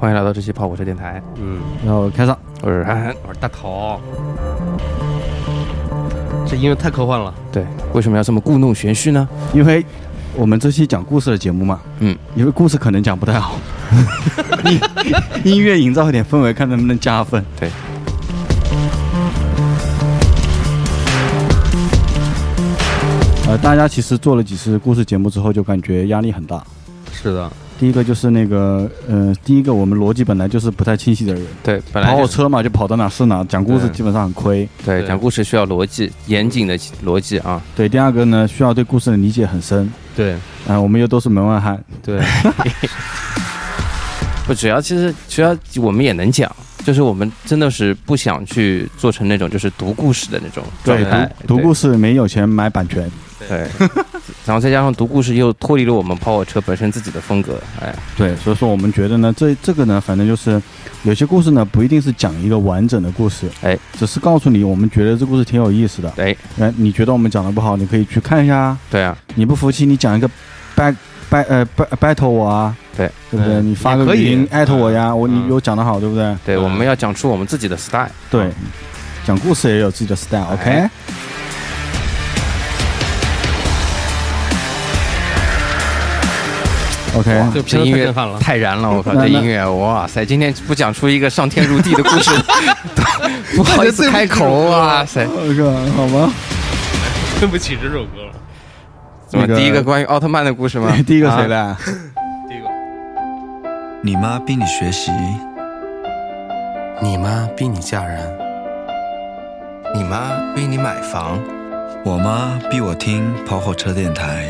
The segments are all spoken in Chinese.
欢迎来到这期跑火车电台。 然后开上， 我是涵涵，我是大头。 这音乐太科幻了。 对，为什么要这么故弄玄虚呢？ 因为我们这期讲故事的节目嘛，因为故事可能讲不太好，音乐营造一点氛围，看能不能加分。 对。 大家其实做了几次故事节目之后，就感觉压力很大。 是的。 第一个就是那个，第一个我们逻辑本来就是不太清晰的人。 对，本来跑火车嘛，就跑到哪是哪，讲故事基本上很亏。 对，讲故事需要逻辑，严谨的逻辑啊。 对，第二个呢，需要对故事的理解很深。 对， 我们又都是门外汉。 对。 不，只要我们也能讲。就是我们真的是不想去做成那种就是读故事的那种状态， 读故事没有钱买版权， 对，然后再加上读故事又脱离了我们跑火车本身自己的风格， 对，所以说我们觉得呢，这个呢，反正就是有些故事呢不一定是讲一个完整的故事，只是告诉你我们觉得这故事挺有意思的，你觉得我们讲的不好，你可以去看一下， 对啊， 你不服气，你讲一个battle 我啊。对不对？你发个语音艾特我呀，你有讲得好，对不对？ 对，我们要讲出我们自己的 style。 对，讲故事也有自己的 style。OK。OK。 这音乐太燃了，我靠！这音乐，哇塞！今天不讲出一个上天入地的故事，不好意思开口啊！塞， 好吗？ 对不起这首歌了。 怎么第一个关于奥特曼的故事吗？ 第一个谁来？ 你妈逼你学习， 你妈逼你嫁人， 你妈逼你买房，我妈逼我听跑火车电台，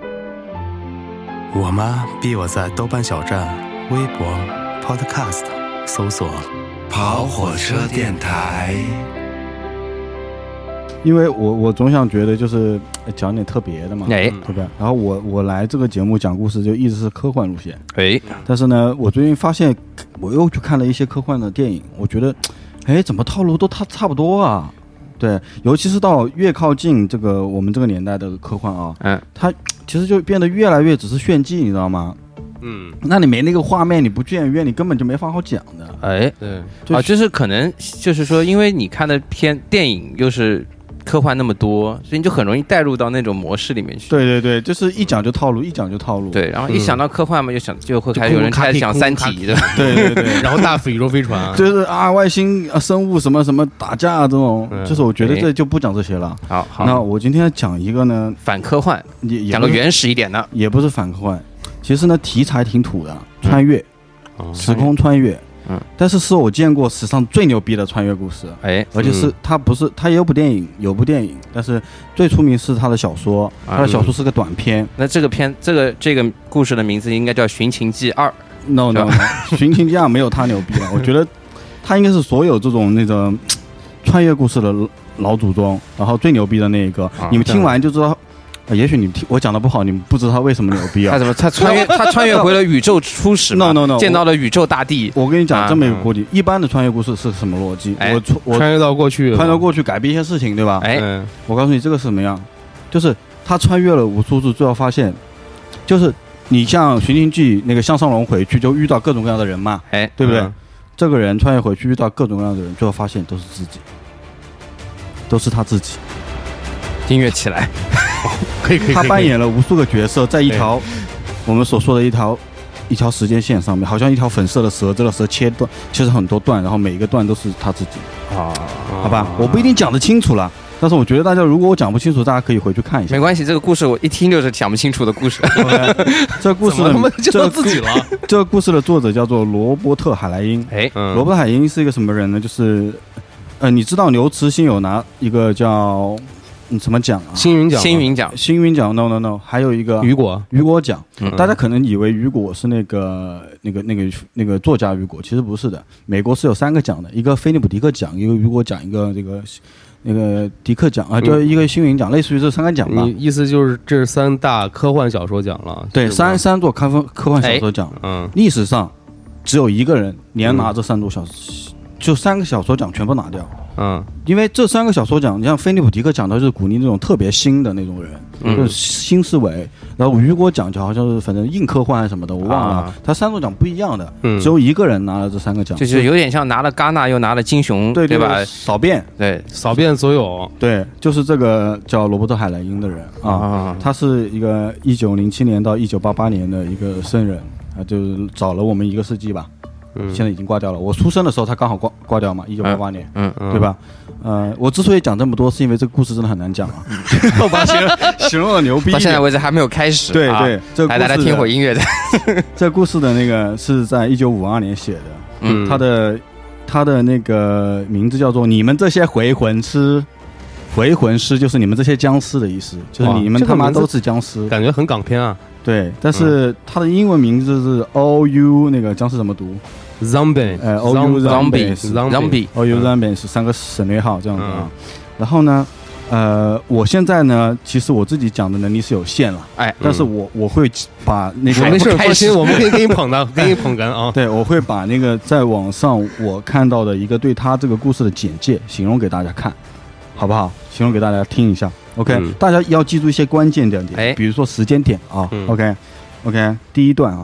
我妈逼我在豆瓣小站、微博、Podcast 搜索跑火车电台。 因为我总想觉得就是讲点特别的嘛，对不对？然后我来这个节目讲故事就一直是科幻路线，但是呢，我最近发现我又去看了一些科幻的电影，我觉得，怎么套路都差不多啊？对，尤其是到越靠近这个我们这个年代的科幻啊，它其实就变得越来越只是炫技，你知道吗？那你没那个画面，你不剧院，你根本就没法好讲的。 对，就是可能就是说，因为你看的电影又是科幻那么多，所以你就很容易带入到那种模式里面去。 对，就是一讲就套路，一讲就套路。 对，然后一想到科幻嘛，就会开始有人开始讲《三体》的。 对， 然后大宇宙飞船， 就是外星生物什么什么打架这种，就是我觉得这就不讲这些了。 好， 那我今天讲一个呢， 反科幻，讲个原始一点的， 也不是反科幻，其实呢题材挺土的，穿越，时空穿越。但是我见过史上最牛逼的穿越故事，而且是它也有部电影，但是最出名是他的小说，他的小说是个短篇。 那这个故事的名字应该叫《寻秦记2》。 No， 寻秦记2没有他牛逼了，我觉得他应该是所有这种那种穿越故事的老祖宗，然后最牛逼的那一个。你们听完就知道。也许我讲的不好，你们不知道他为什么牛逼啊？ 他穿越回了宇宙初始嘛 ？No， 见到了宇宙大帝。 我跟你讲，这么一个逻辑，一般的穿越故事是什么逻辑？我穿越到过去， 改变一些事情，对吧？我告诉你这个是什么样，就是他穿越了无数次，最后发现，就是你像《寻秦记》那个向上龙回去就遇到各种各样的人嘛，对不对？这个人穿越回去遇到各种各样的人，最后发现都是自己，都是他自己。 音乐起来。 可以， 他扮演了无数个角色，在一条我们所说的一条时间线上面，好像一条粉色的蛇，这个蛇切断，其实很多段，然后每一个段都是他自己好吧？我不一定讲得清楚了，但是我觉得大家如果我讲不清楚，大家可以回去看一下。 没关系，这个故事我一听就是讲不清楚的故事。 这个故事这个故事的作者叫做罗伯特·海莱因。罗伯特·海莱因是一个什么人呢？就是你知道牛池新有拿一个叫。什么奖啊？ 星云奖 ，no， 还有一个雨果奖。大家可能以为雨果是那个作家雨果，其实不是的。美国是有3个奖的，一个菲利普迪克奖，一个雨果奖，一个那个迪克奖啊，就一个星云奖，类似于这3个奖吧。 你意思就是这是3大科幻小说奖了？ 对，三座科幻小说奖。历史上只有一个人连拿这3座就3个小说奖全部拿掉。因为这3个小说奖，你像菲利普迪克讲的就是鼓励那种特别新的那种人，就是新思维。然后雨果奖就好像是反正硬科幻什么的，我忘了。他3种奖不一样的，只有一个人拿了这3个奖， 就是有点像拿了戛纳又拿了金熊， 对吧？ 扫遍， 对， 扫遍所有。 对，就是这个叫罗伯特·海莱因的人啊，他是一个1907年到1988年的一个僧人啊，就是早了我们1个世纪吧。现在已经挂掉了。我出生的时候他刚好挂掉嘛，1988年，对吧？我之所以讲这么多，是因为这个故事真的很难讲啊。我把形容的牛逼， 到现在为止还没有开始。 对对，这来大家听会音乐的。 这故事的那个是在1952年写的，他的那个名字叫做《你们这些回魂师》。回魂师就是你们这些僵尸的意思，就是你们他妈都是僵尸， 感觉很港片啊。 对，但是它的英文名字是 All You 那个僵尸怎么读 ？Zombie，All You Zombie，All You Zombie 是3个省略号这样子啊。然后呢，我现在呢，其实我自己讲的能力是有限了，但是我会把那个没事放心，我们可以给你捧的，给你捧哏啊。 对，我会把那个在网上我看到的一个对他这个故事的简介形容给大家看，好不好？形容给大家听一下。OK，大家要记住一些关键点，比如说时间点啊。OK，第一段啊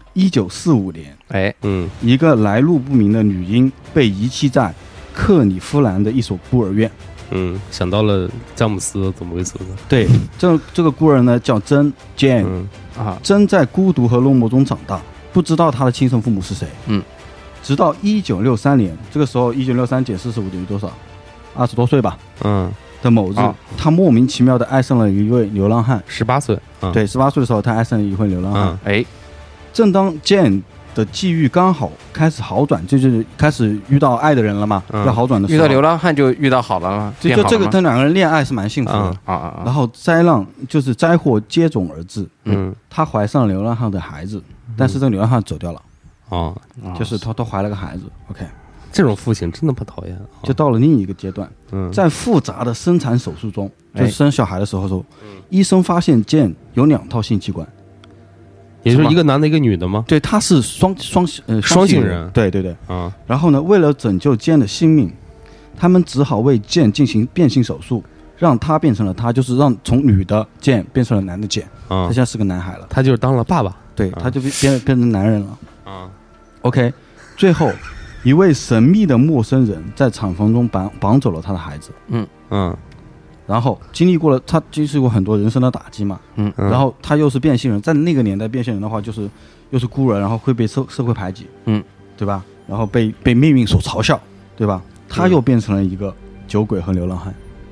，1945年，一个来路不明的女婴被遗弃在克里夫兰的一所孤儿院。 想到了詹姆斯，怎么回事呢？ 对，这个孤儿呢叫珍 Jane，珍在孤独和落寞中长大，不知道她的亲生父母是谁。直到1963年，这个时候1963减45等于多少？20多岁吧。的某日，他莫名其妙的爱上了一位流浪汉。 18岁， 对，18岁的时候，他爱上了一位流浪汉。正当 Jane 的际遇刚好开始好转，就是开始遇到爱的人了嘛，要好转的时候， 遇到流浪汉就遇到好了吗？ 就这个，他2个人恋爱是蛮幸福的然后灾祸接踵而至。他怀上了流浪汉的孩子，但是这个流浪汉走掉了。就是他怀了个孩子。OK。 这种父亲真的不讨厌。 就到了另一个阶段，在复杂的生产手术中，就是生小孩的时候，医生发现 Jane 有2套性器官， 也就是一个男的，一个女的吗？ 对，他是双性人。对。然后呢，为了拯救 Jane 的性命，他们只好为 Jane 进行变性手术，让他变成了他，就是让从女的 Jane 变成了男的 Jane。他现在是个男孩了， 他就是当了爸爸。 对，他就变成男人了。OK， 最后。一位神秘的陌生人在厂房中绑走了他的孩子。然后经历过很多人生的打击嘛。然后他又是变性人，在那个年代变性人的话，就是又是孤儿，然后会被社会排挤。对吧？然后被命运所嘲笑，对吧？他又变成了一个酒鬼和流浪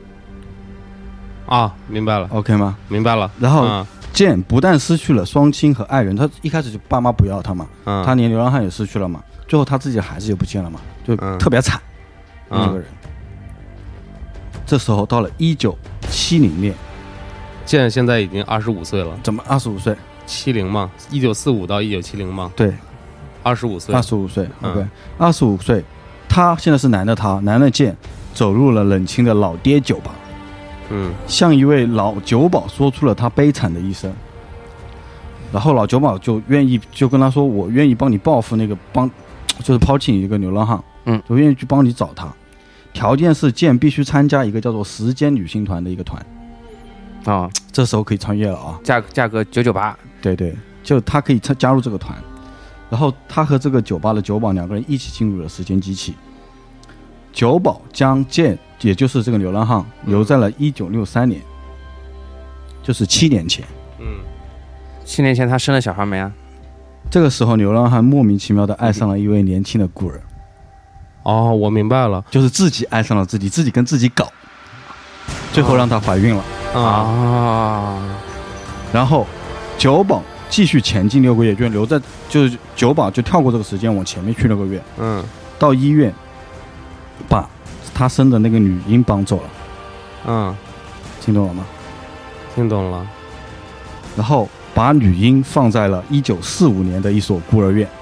汉。 明白了。 OK 吗？ 明白了。 然后Jane不但失去了双亲和爱人，他一开始就爸妈不要他嘛，他连流浪汉也失去了嘛。最后他自己的孩子也不见了嘛，就特别惨。这个人，这时候到了1970年 ，Jane现在已经25岁了。 怎么25岁 ？70嘛，1945到1970嘛。 对 ，25岁。 25岁 ，OK， 25岁，他现在是男的Jane走入了冷清的老爹酒吧，向一位老酒保说出了他悲惨的一生。然后老酒保就跟他说，我愿意帮你报复那个就是抛弃你一个流浪汉，就愿意去帮你找他，条件是Jane必须参加一个叫做时间旅行团的一个团。这时候可以穿越了啊， 价格998。 对，就他可以加入这个团，然后他和这个酒吧的酒保2个人一起进入了时间机器。酒保将Jane，也就是这个流浪汉，留在了1963年，就是7年前。 7年前他生了小孩没啊？ 这个时候流浪汉莫名其妙的爱上了一位年轻的孤儿。 我明白了， 就是自己爱上了自己跟自己搞，最后让她怀孕了。然后酒保继续前进6个月，就留在，就是酒保就跳过这个时间往前面去6个月，到医院把他生的那个女婴绑走了。听懂了吗？ 听懂了。 然后把女婴放在了1945年的一所孤儿院。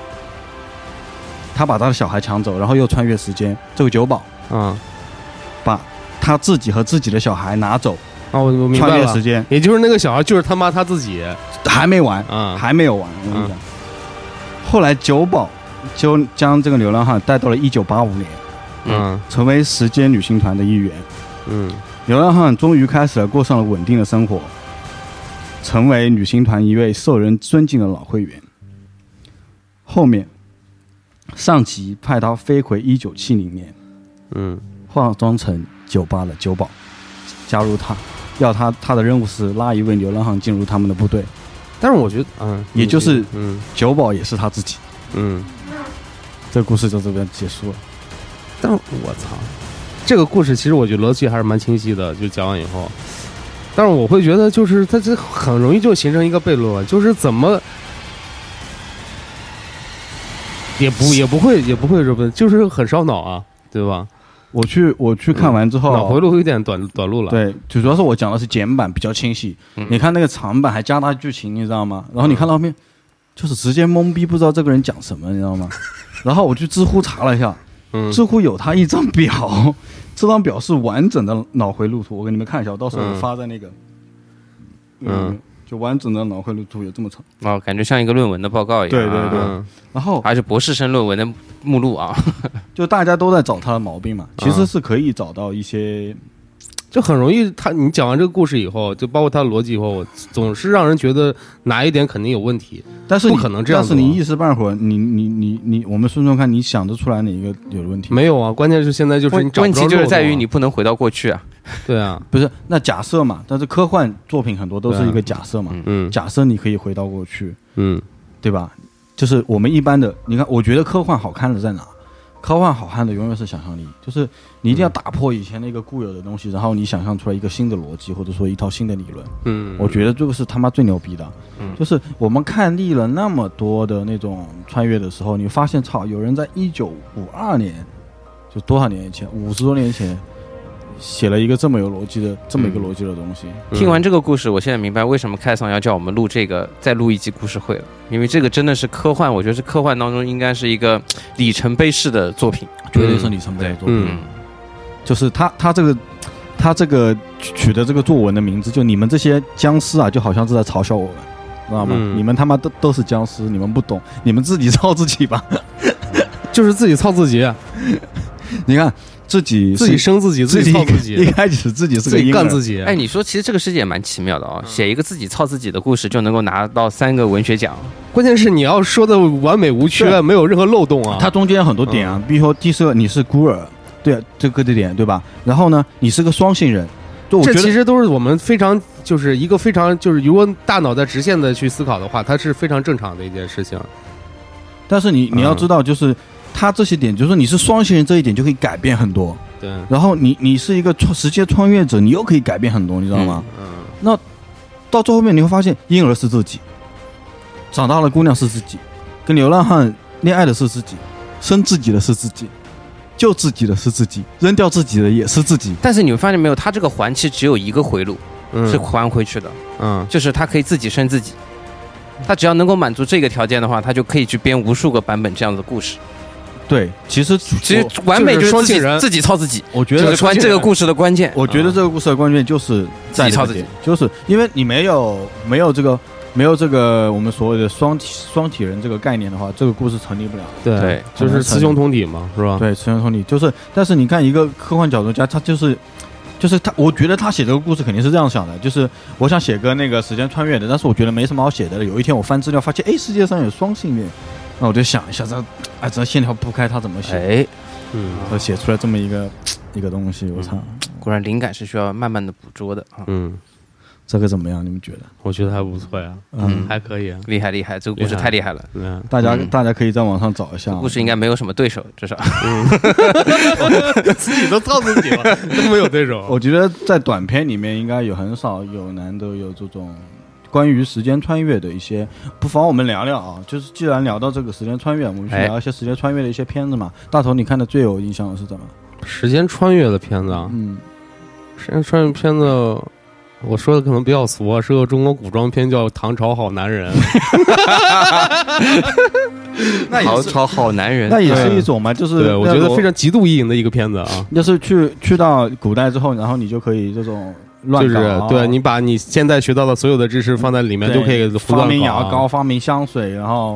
他把他的小孩抢走，然后又穿越时间。这个酒保，把他自己和自己的小孩拿走。 我明白了， 穿越时间， 也就是那个小孩就是他自己。 还没完，还没有完。我跟你讲，后来酒保就将这个流浪汉带到了1985年，成为时间旅行团的一员。流浪汉终于开始过上了稳定的生活，成为旅行团一位受人尊敬的老会员。后面上级派他飞回1970年，化妆成酒吧的酒保，加入他，要他的任务是拉一位流浪汉进入他们的部队。 但是我觉得， 也就是酒保也是他自己。这个故事就这边结束了。 但是我操，这个故事其实我觉得逻辑还是蛮清晰的，就讲完以后。但是我会觉得，就是它这很容易就形成一个悖论，就是怎么也不会什么，就是很烧脑啊，对吧？ 我去看完之后， 脑回路有点短路了。 对，主要是我讲的是简版，比较清晰。你看那个长版还加大剧情，你知道吗？然后你看到后面，就是直接懵逼，不知道这个人讲什么，你知道吗？然后我去知乎查了一下，知乎有他一张表，这张表是完整的脑回路图，我给你们看一下，我到时候我发在那个，就完整的脑回路图有这么长哦，感觉像一个论文的报告一样。 对对对，然后还是博士生论文的目录啊， 就大家都在找他的毛病嘛，其实是可以找到一些， 就很容易你讲完这个故事以后，就包括他的逻辑以后，总是让人觉得哪一点肯定有问题， 但是不可能这样。 但是你一时半会儿，你我们顺顺看，你想得出来哪一个有问题？ 没有啊，关键是现在就是你找不着问题就是在于你不能回到过去啊。 对啊， 不是那假设嘛，但是科幻作品很多都是一个假设嘛，假设你可以回到过去，对吧？就是我们一般的，你看，我觉得科幻好看的在哪？科幻好看的永远是想象力，就是你一定要打破以前那个固有的东西，然后你想象出来一个新的逻辑，或者说一套新的理论。我觉得这个是他妈最牛逼的。就是我们看腻了那么多的那种穿越的时候，你发现操，有人在1952年，就多少年以前，50多年以前。写了一个这么有逻辑的这么一个逻辑的东西。 听完这个故事，我现在明白为什么开桑要叫我们录这个，再录一集故事会了。因为这个真的是科幻，我觉得是科幻当中应该是一个里程碑式的作品， 绝对是里程碑的作品。就是他这个取的这个作文的名字，就你们这些僵尸啊，就好像是在嘲笑我们，知道吗？你们他妈都是僵尸，你们不懂，你们自己操自己吧。 就是自己操自己。 你看。自己生自己，自己操自己。 一开始自己是个婴儿， 干自己。 哎，你说其实这个世界也蛮奇妙的啊，写一个自己操自己的故事就能够拿到3个文学奖。 关键是你要说的完美无缺，没有任何漏洞啊。 它中间有很多点啊，比如说第4个你是孤儿，对这个点对吧？然后呢，你是个双性人， 这其实都是我们非常就是一个非常就是如果大脑在直线的去思考的话，它是非常正常的一件事情。 但是你要知道，就是他这些点，就是说你是双性人这一点就可以改变很多。 对。 然后你是一个时间穿越者，你又可以改变很多，你知道吗？那到最后面你会发现，婴儿是自己，长大了姑娘是自己，跟流浪汉恋爱的是自己，生自己的是自己，救自己的是自己，扔掉自己的也是自己。 但是你会发现没有，他这个环其实只有一个回路，是还回去的。就是他可以自己生自己。他只要能够满足这个条件的话，他就可以去编无数个版本这样的故事。 对，其实完美就是自己操自己。 我觉得这个故事的关键， 我觉得这个故事的关键就是自己操自己， 就是因为你没有这个我们所谓的双体人这个概念的话，这个故事成立不了。 对，就是雌雄同体嘛，是吧？ 对，雌雄同体就是，但是你看一个科幻角度家，他就是他，我觉得他写这个故事肯定是这样想的，就是我想写个那个时间穿越的，但是我觉得没什么好写的。有一天我翻资料发现，哎，世界上有双性恋，那我就想一下，这线条铺开他怎么写？我写出来这么一个东西，我操！ 果然灵感是需要慢慢的捕捉的啊。 这个怎么样？你们觉得？ 我觉得还不错呀，还可以啊， 厉害，这个故事太厉害了。 大家可以在网上找一下， 故事应该没有什么对手，至少。 自己都操自己了，都没有对手。 我觉得在短片里面应该很少有难得有这种关于时间穿越的一些，不妨我们聊聊啊。就是既然聊到这个时间穿越，我们去聊一些时间穿越的一些片子嘛。大头，你看的最有印象的是什么？ 时间穿越的片子啊？时间穿越片子。我说的可能比较俗啊，是个中国古装片，叫《唐朝好男人》。 唐朝好男人， 那也是一种嘛，就是对我觉得非常极度意淫的一个片子啊。 就是去到古代之后，然后你就可以这种乱搞， 就是对你把你现在学到的所有的知识放在里面，就可以发明牙膏、发明香水，然后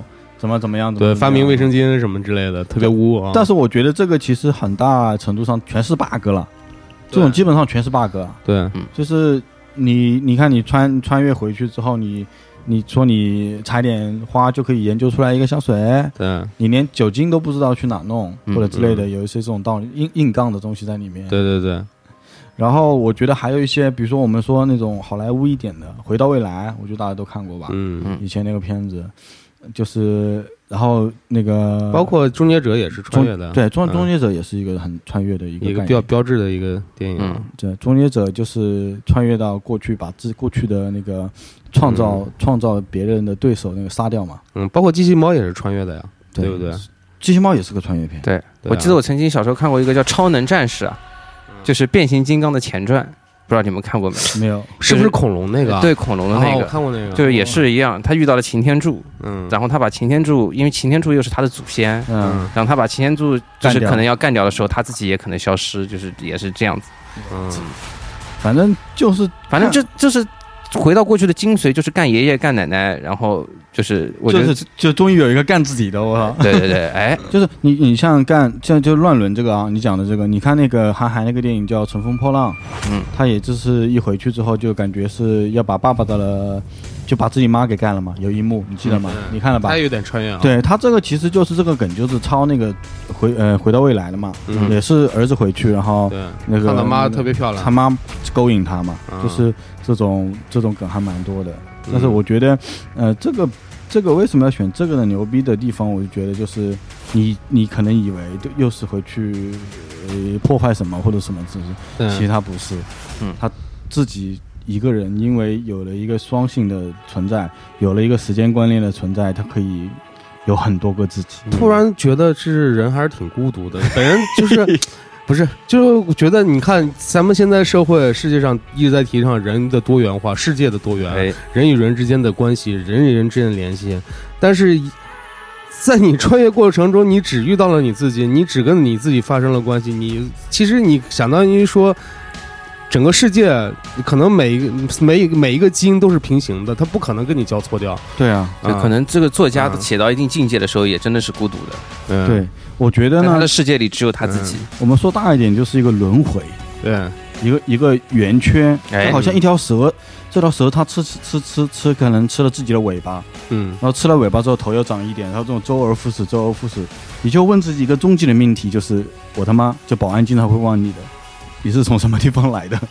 怎么样， 对，发明卫生巾什么之类的，特别污啊。 但是我觉得这个其实很大程度上全是 bug 了，这种基本上全是 bug。 对， 就是你看你穿越回去之后，你说你采点花就可以研究出来一个香水， 对， 你连酒精都不知道去哪弄或者之类的，有一些这种道理硬杠的东西在里面。 对对对。 然后我觉得还有一些，比如说我们说那种好莱坞一点的《回到未来》，我觉得大家都看过吧？以前那个片子，就是然后那个包括《终结者》也是穿越的， 对，终结者也是一个很穿越的一个标志的一个电影。 对，《终结者》就是穿越到过去，把过去的那个创造别人的对手那个杀掉嘛。 包括机器猫也是穿越的呀，对不对？ 机器猫也是个穿越片。 对，我记得我曾经小时候看过一个叫《超能战士》啊。就是变形金刚的前传，不知道你们看过没？ 没有， 是不是恐龙那个？ 对，恐龙的那个， 我看过那个， 就是也是一样，他遇到了擎天柱，然后他把擎天柱，因为擎天柱又是他的祖先，然后他把擎天柱就是可能要干掉的时候，他自己也可能消失，就是也是这样子， 反正就是回到过去的精髓，就是干爷爷干奶奶，然后就是我觉得就终于有一个干自己的，我操！ 对对对，哎， 就是你像就乱伦这个啊，你讲的这个，你看那个韩寒那个电影叫《乘风破浪》，他也就是一回去之后就感觉是要把爸爸的就把自己妈给干了嘛，有一幕你记得吗？你看了吧？ 他有点穿越啊。 对，他这个其实就是这个梗，就是抄那个回到未来的嘛，也是儿子回去，然后那个看到妈特别漂亮， 他妈勾引他嘛，就是这种梗还蛮多的。但是我觉得，这个为什么要选这个的牛逼的地方，我就觉得就是你可能以为又是回去破坏什么或者什么，其实他不是，他自己一个人因为有了一个双性的存在，有了一个时间观念的存在，他可以有很多个自己。 突然觉得是人还是挺孤独的，本人就是不是，就是觉得你看咱们现在社会世界上一直在提倡人的多元化，世界的多元，人与人之间的关系，人与人之间的联系，但是在你穿越过程中，你只遇到了你自己，你只跟你自己发生了关系，其实你相当于说整个世界可能每一个基因都是平行的，它不可能跟你交错掉。 对啊， 就可能这个作家写到一定境界的时候，也真的是孤独的。 对，我觉得呢， 他的世界里只有他自己。 我们说大一点，就是一个轮回。 对， 一个圆圈，它好像一条蛇，这条蛇它吃，可能吃了自己的尾巴，然后吃了尾巴之后头又长一点，然后这种周而复始，你就问自己一个终极的命题，就是我他妈就保安经常会问你的。你是从什么地方来的？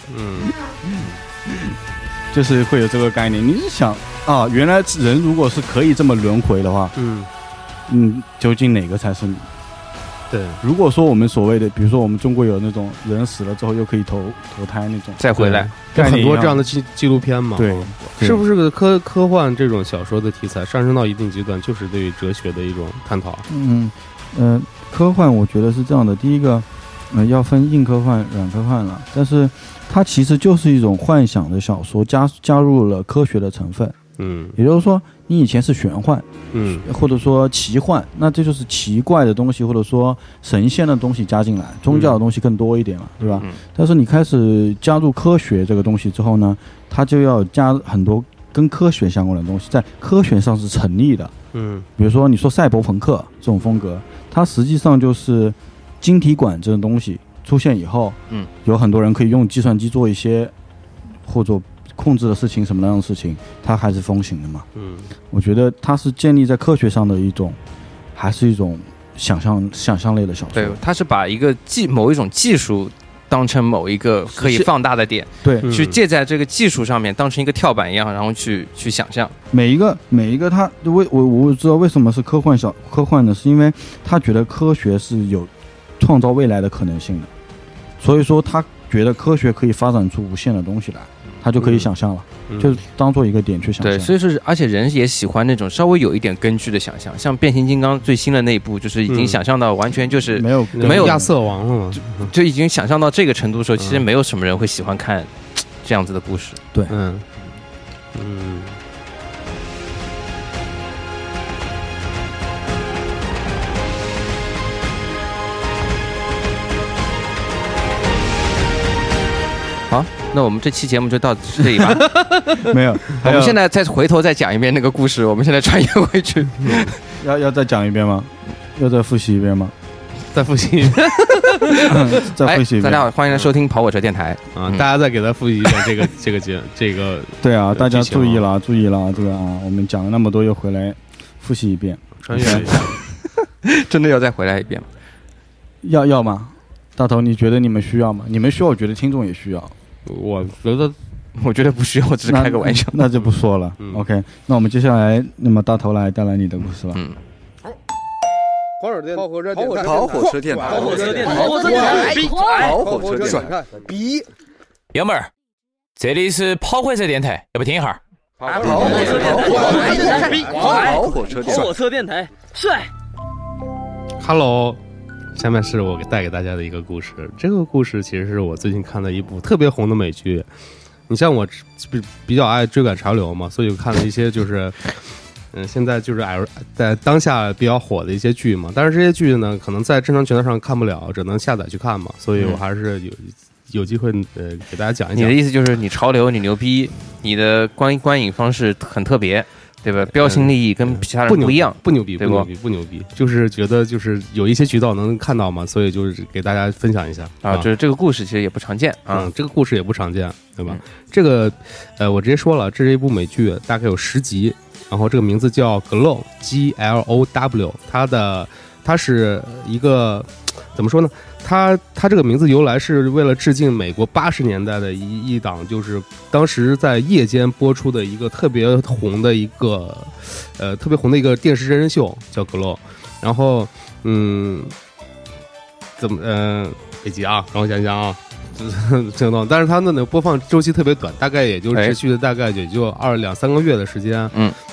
就是会有这个概念。你是想啊，原来人如果是可以这么轮回的话，究竟哪个才是你？ 对， 如果说我们所谓的，比如说我们中国有那种人死了之后又可以投胎那种， 再回来， 有很多这样的纪录片嘛。 对， 是不是个科幻这种小说的题材上升到一定阶段，就是对于哲学的一种探讨？ 科幻我觉得是这样的，第一个。要分硬科幻、软科幻了，但是它其实就是一种幻想的小说，加入了科学的成分。也就是说，你以前是玄幻，或者说奇幻，那这就是奇怪的东西，或者说神仙的东西加进来，宗教的东西更多一点了，对吧？但是你开始加入科学这个东西之后呢，它就要加很多跟科学相关的东西，在科学上是成立的。比如说你说赛博朋克这种风格，它实际上就是晶体管这种东西出现以后，有很多人可以用计算机做一些或者控制的事情，什么样的事情，它还是风行的嘛。我觉得它是建立在科学上的一种，还是一种想象类的小说。 对，它是把一个某一种技术当成某一个可以放大的点， 对， 去借在这个技术上面当成一个跳板一样，然后去想象。 每一个它我知道为什么是科幻呢？是因为他觉得科学是有创造未来的可能性的，所以说他觉得科学可以发展出无限的东西来，他就可以想象了，就当做一个点去想象。 对，所以说而且人也喜欢那种稍微有一点根据的想象，像变形金刚最新的那一部，就是已经想象到完全就是没有亚瑟王了嘛， 就已经想象到这个程度的时候，其实没有什么人会喜欢看这样子的故事。 对， 好，那我们这期节目就到这里吧。 没有， 我们现在再回头再讲一遍那个故事。我们现在穿越回去。 要再讲一遍吗？要再复习一遍吗？ 再复习一遍， 再复习一遍。 大家好，欢迎来收听跑火车电台啊！大家再给他复习一遍这个。 对啊，大家注意了，这个啊，我们讲了那么多，又回来复习一遍， 穿越一下。 真的要再回来一遍吗？ 要吗？大头，你觉得你们需要吗？你们需要，我觉得听众也需要。 我觉得不需要，我只是开个玩笑。 那就不说了。OK， 那我们接下来，那么大头来带来你的故事吧。 跑火车电台， 转B，爷们儿，这里是跑火车电台，要不听一下？跑火车电台，帅。 Hello， 下面是我带给大家的一个故事。这个故事其实是我最近看的一部特别红的美剧。你像我比较爱追赶潮流嘛，所以看了一些就是。现在就是在当下比较火的一些剧嘛，但是这些剧呢，可能在正常渠道上看不了，只能下载去看嘛，所以我还是有机会给大家讲一讲。 你的意思就是你潮流，你牛逼，你的观影方式很特别，对吧？标新立异，跟其他人不一样， 不牛逼，就是觉得就是有一些渠道能看到嘛，所以就是给大家分享一下啊。就是这个故事其实也不常见啊， 这个故事也不常见，对吧？这个我直接说了，这是一部美剧，大概有10集。然后这个名字叫 Glow Glow， 它是一个怎么说呢？它这个名字由来是为了致敬美国80年代的一档，就是当时在夜间播出的一个特别红的一个电视真人秀叫 Glow。然后别急啊，让我想想啊。但是它的那个播放周期特别短，大概也就持续的大概也就2-3个月的时间。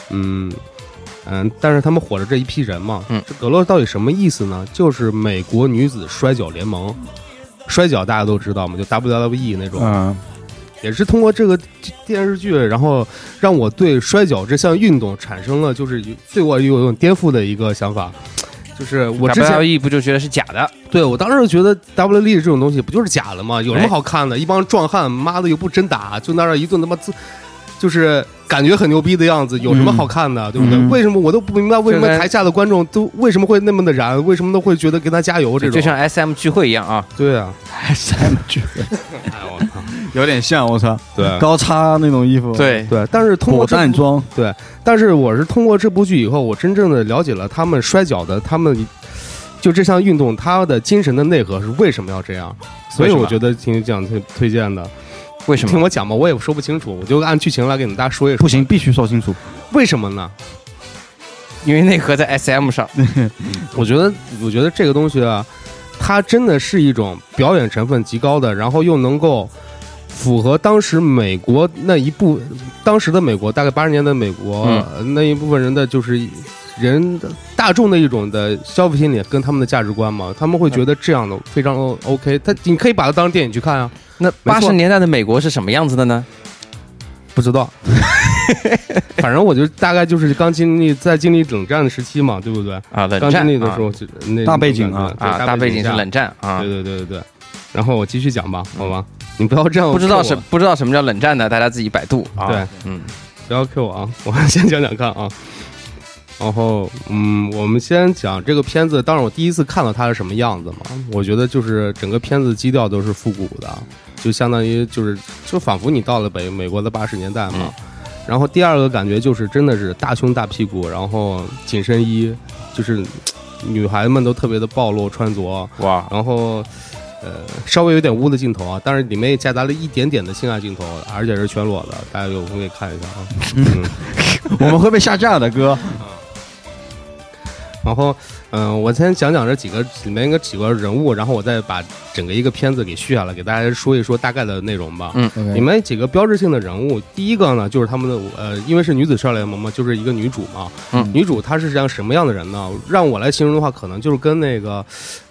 但是他们火着这一批人嘛。这格洛到底什么意思呢？就是美国女子摔跤联盟，摔跤大家都知道嘛，就 WWE 那种。也是通过这个电视剧，然后让我对摔跤这项运动产生了就是对我有一种颠覆的一个想法。就是我之前 WWE 不就觉得是假的？ 对，我当时就觉得 WWE 这种东西不就是假的吗？有什么好看的？一帮壮汉，妈的又不真打，就那一顿他妈就是感觉很牛逼的样子，有什么好看的？对不对？为什么我都不明白为什么台下的观众都为什么会那么的燃？为什么都会觉得跟他加油？这种就像 SM 聚会一样啊！ 对啊 ，SM 聚会，哎我操，有点像我操， 对， 高叉那种衣服， 对。但是通过弹装， 对，但是我是通过这部剧以后，我真正的了解了他们摔跤的，他们就这项运动，它的精神的内核是为什么要这样？所以我觉得挺讲推荐的。 为什么？ 听我讲吧，我也说不清楚，我就按剧情来给你们大家说一说。 不行，必须说清楚。 为什么呢？ 因为内核在 SM 上。 我觉得这个东西啊，它真的是一种表演成分极高的，然后又能够符合当时美国当时的美国大概80年的美国、那一部分人的就是人大众的一种的消费心理跟他们的价值观嘛，他们会觉得这样的非常 OK。你可以把它当成电影去看啊。 那80年代的美国是什么样子的呢？ 不知道，反正我就大概就是经历冷战的时期嘛，对不对？ 啊，冷战刚经历的时候， 大背景啊， 大背景是冷战啊。 对。然后我继续讲吧，好吧？你不要这样，不知道什么叫冷战的，大家自己百度啊。 对，不要 Q 我啊，我先讲讲看啊。然后，我们先讲这个片子。当然，我第一次看到它是什么样子嘛，我觉得就是整个片子基调都是复古的，就相当于就仿佛你到了美国的80年代嘛。然后第二个感觉就是真的是大胸大屁股，然后紧身衣，就是女孩们都特别的暴露穿着哇， 然后稍微有点污的镜头啊，但是里面也夹杂了一点点的性爱镜头，而且是全裸的，大家有空可以看一下啊。 我们会被下架的哥。 然后，我先讲讲这里面几个人物，然后我再把整个一个片子给续下来，给大家说一说大概的内容吧。里面几个标志性的人物，第一个呢就是他们的因为是女子摔联盟嘛，就是一个女主嘛。女主她是这样什么样的人呢？让我来形容的话，可能就是跟那个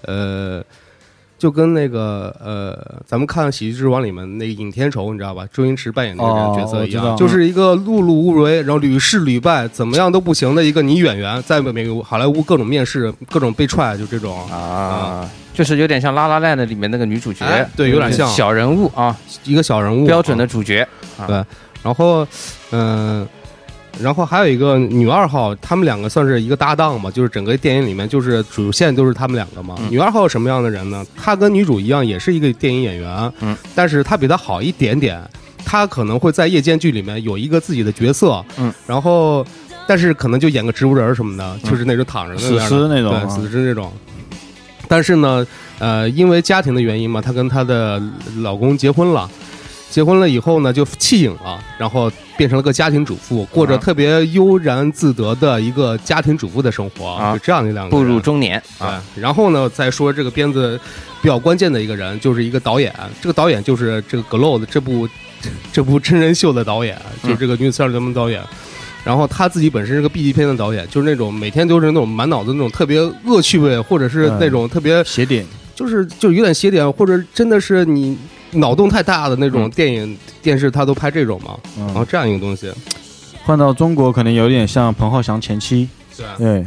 咱们看《喜剧之王》里面那个尹天仇，你知道吧？周星驰扮演的那个角色一样，就是一个碌碌无为，然后屡试屡败，怎么样都不行的一个女演员，在美国好莱坞各种面试、各种被踹，就这种就是有点像《La La Land》里面那个女主角， 对，有点像小人物啊， 一个小人物， 标准的主角。 对，然后然后还有一个女二号，他们两个算是一个搭档嘛，就是整个电影里面就是主线都是他们两个嘛。女二号什么样的人呢？她跟女主一样，也是一个电影演员，但是她比她好一点点，她可能会在夜间剧里面有一个自己的角色，然后但是可能就演个植物人什么的，就是那种躺着的死尸那种， 对，死尸那种。但是呢，因为家庭的原因嘛，她跟她的老公结婚了以后呢，就弃隐了，然后变成了个家庭主妇，过着特别悠然自得的一个家庭主妇的生活，就这样的两个人步入中年啊。然后呢，再说这个片子比较关键的一个人，就是一个导演，这个导演就是这个 Glow 的这部真人秀的导演，就是这个女子赛尔德蒙导演。然后他自己本身是个 B 级片的导演，就是那种每天都是那种满脑子那种特别恶趣味，或者是那种特别邪点， 就有点邪点，或者真的是你脑洞太大的那种电影、电视，他都拍这种嘛。然后这样一个东西， 换到中国可能有点像彭浩翔前妻。对，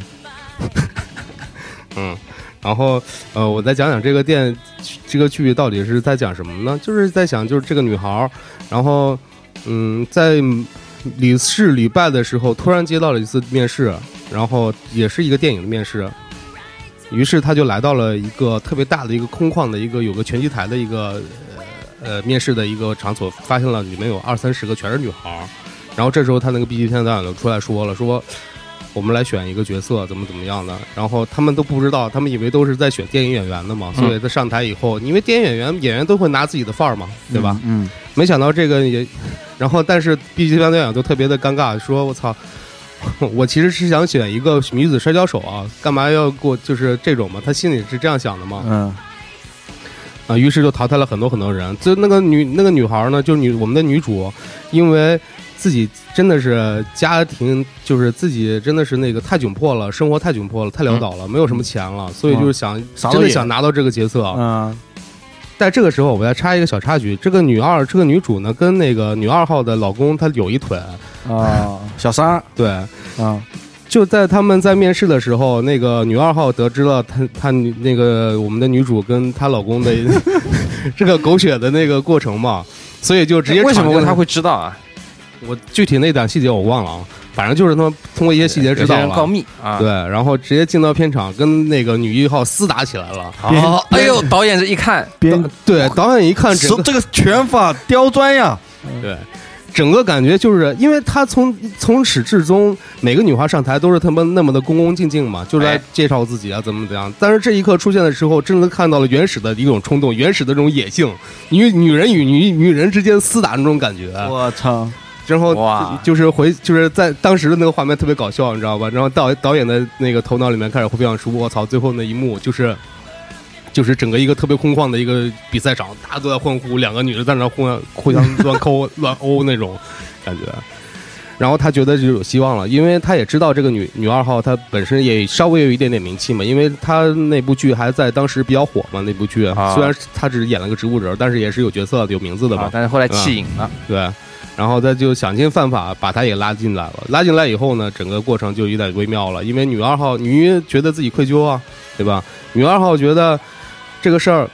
然后我再讲讲这个剧到底是在讲什么呢？就是在讲就是这个女孩，然后在礼拜的时候突然接到了一次面试，然后也是一个电影的面试，于是他就来到了一个特别大的一个空旷的一个有个拳击台的一个面试的一个场所，发现了里面有20-30个全是女孩，然后这时候他那个 B 级片导演就出来说了，说我们来选一个角色怎么样的，然后他们都不知道，他们以为都是在选电影演员的嘛，所以在上台以后，因为电影演员都会拿自己的范儿嘛，对吧？没想到这个也，然后但是 B 级片导演都特别的尴尬，说我操，我其实是想选一个女子摔跤手啊，干嘛要过就是这种嘛？他心里是这样想的嘛？于是就淘汰了很多人。就那个女孩呢，就是我们的女主，因为自己真的是家庭，就是自己真的是那个太窘迫了，生活太窘迫了，太潦倒了，没有什么钱了，所以就是真的想拿到这个角色。在这个时候，我再插一个小插曲，这个女主呢，跟那个女二号的老公，他有一腿小三， 对就在他们在面试的时候，那个女二号得知了她那个我们的女主跟她老公的这个狗血的那个过程嘛，所以就直接为什么她会知道啊？ 我具体那档细节我忘了啊，反正就是他们通过一些细节知道了， 告密啊， 对，然后直接进到片场跟那个女一号厮打起来了。 哎呦，导演这一看， 对，导演一看这个拳法刁钻呀， 对。整个感觉就是因为他从始至终每个女孩上台都是他们那么的恭恭敬敬嘛，就是在介绍自己啊怎么样，但是这一刻出现的时候真的看到了原始的一种冲动，原始的这种野性，女人与女人之间厮打那种感觉， 我操， 然后就是在当时的那个画面特别搞笑，你知道吧？然后导演的那个头脑里面开始胡想说，我操，最后那一幕就是整个一个特别空旷的一个比赛场，大家都在欢呼，两个女的在那互相乱抠乱殴那种感觉。然后他觉得就有希望了，因为他也知道这个女二号她本身也稍微有一点点名气嘛，因为她那部剧还在当时比较火嘛，那部剧虽然她只演了个植物人，但是也是有角色的有名字的嘛。 但是后来弃隐了， 对。然后他就想尽办法把他也拉进来了。拉进来以后呢，整个过程就有点微妙了，因为女觉得自己愧疚啊，对吧？女二号觉得这个事儿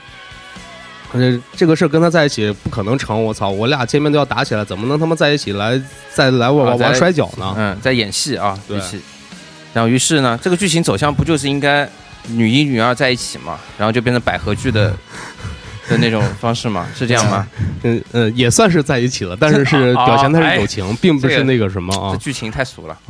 跟他在一起不可能成，我操，我俩见面都要打起来，怎么能他妈在一起再来玩摔跤呢？ 在演戏啊，对。然后于是呢，这个剧情走向不就是应该女一女二在一起嘛，然后就变成百合剧的那种方式吗？是这样吗？ 也算是在一起了，但是表现他是友情，并不是那个什么啊。 这剧情太俗了。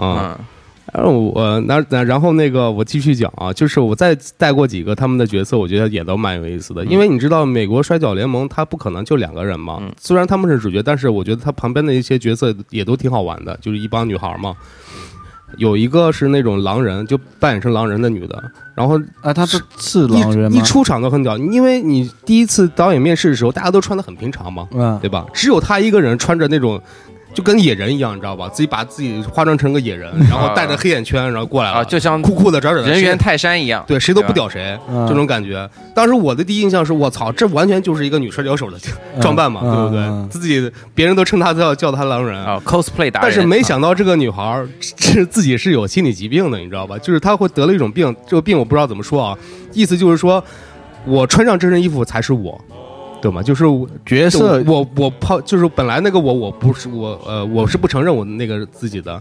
然后那个我继续讲啊，就是我再带过几个他们的角色，我觉得也都蛮有意思的。因为你知道美国摔跤联盟它不可能就2个人嘛，虽然他们是主角，但是我觉得他旁边的一些角色也都挺好玩的，就是一帮女孩嘛。有一个是那种狼人，就扮演成狼人的女的，然后她是狼人吗？ 一出场都很屌，因为你第一次导演面试的时候，大家都穿得很平常嘛，对吧？只有他一个人穿着那种就跟野人一样，你知道吧？自己把自己化妆成个野人，然后戴着黑眼圈，然后过来了， 就像酷酷的、拽拽的人猿泰山一样， 对，谁都不屌谁，这种感觉。当时我的第一印象是，我操，这完全就是一个女摔跤手的装扮嘛，对不对？别人都称他叫他狼人啊 ，cosplay 达人。 但是没想到这个女孩自己是有心理疾病的，你知道吧？就是她会得了一种病，这个病我不知道怎么说啊，意思就是说我穿上这身衣服才是我。对吗？就是角色， 就是本来那个我不是我是不承认我那个自己的，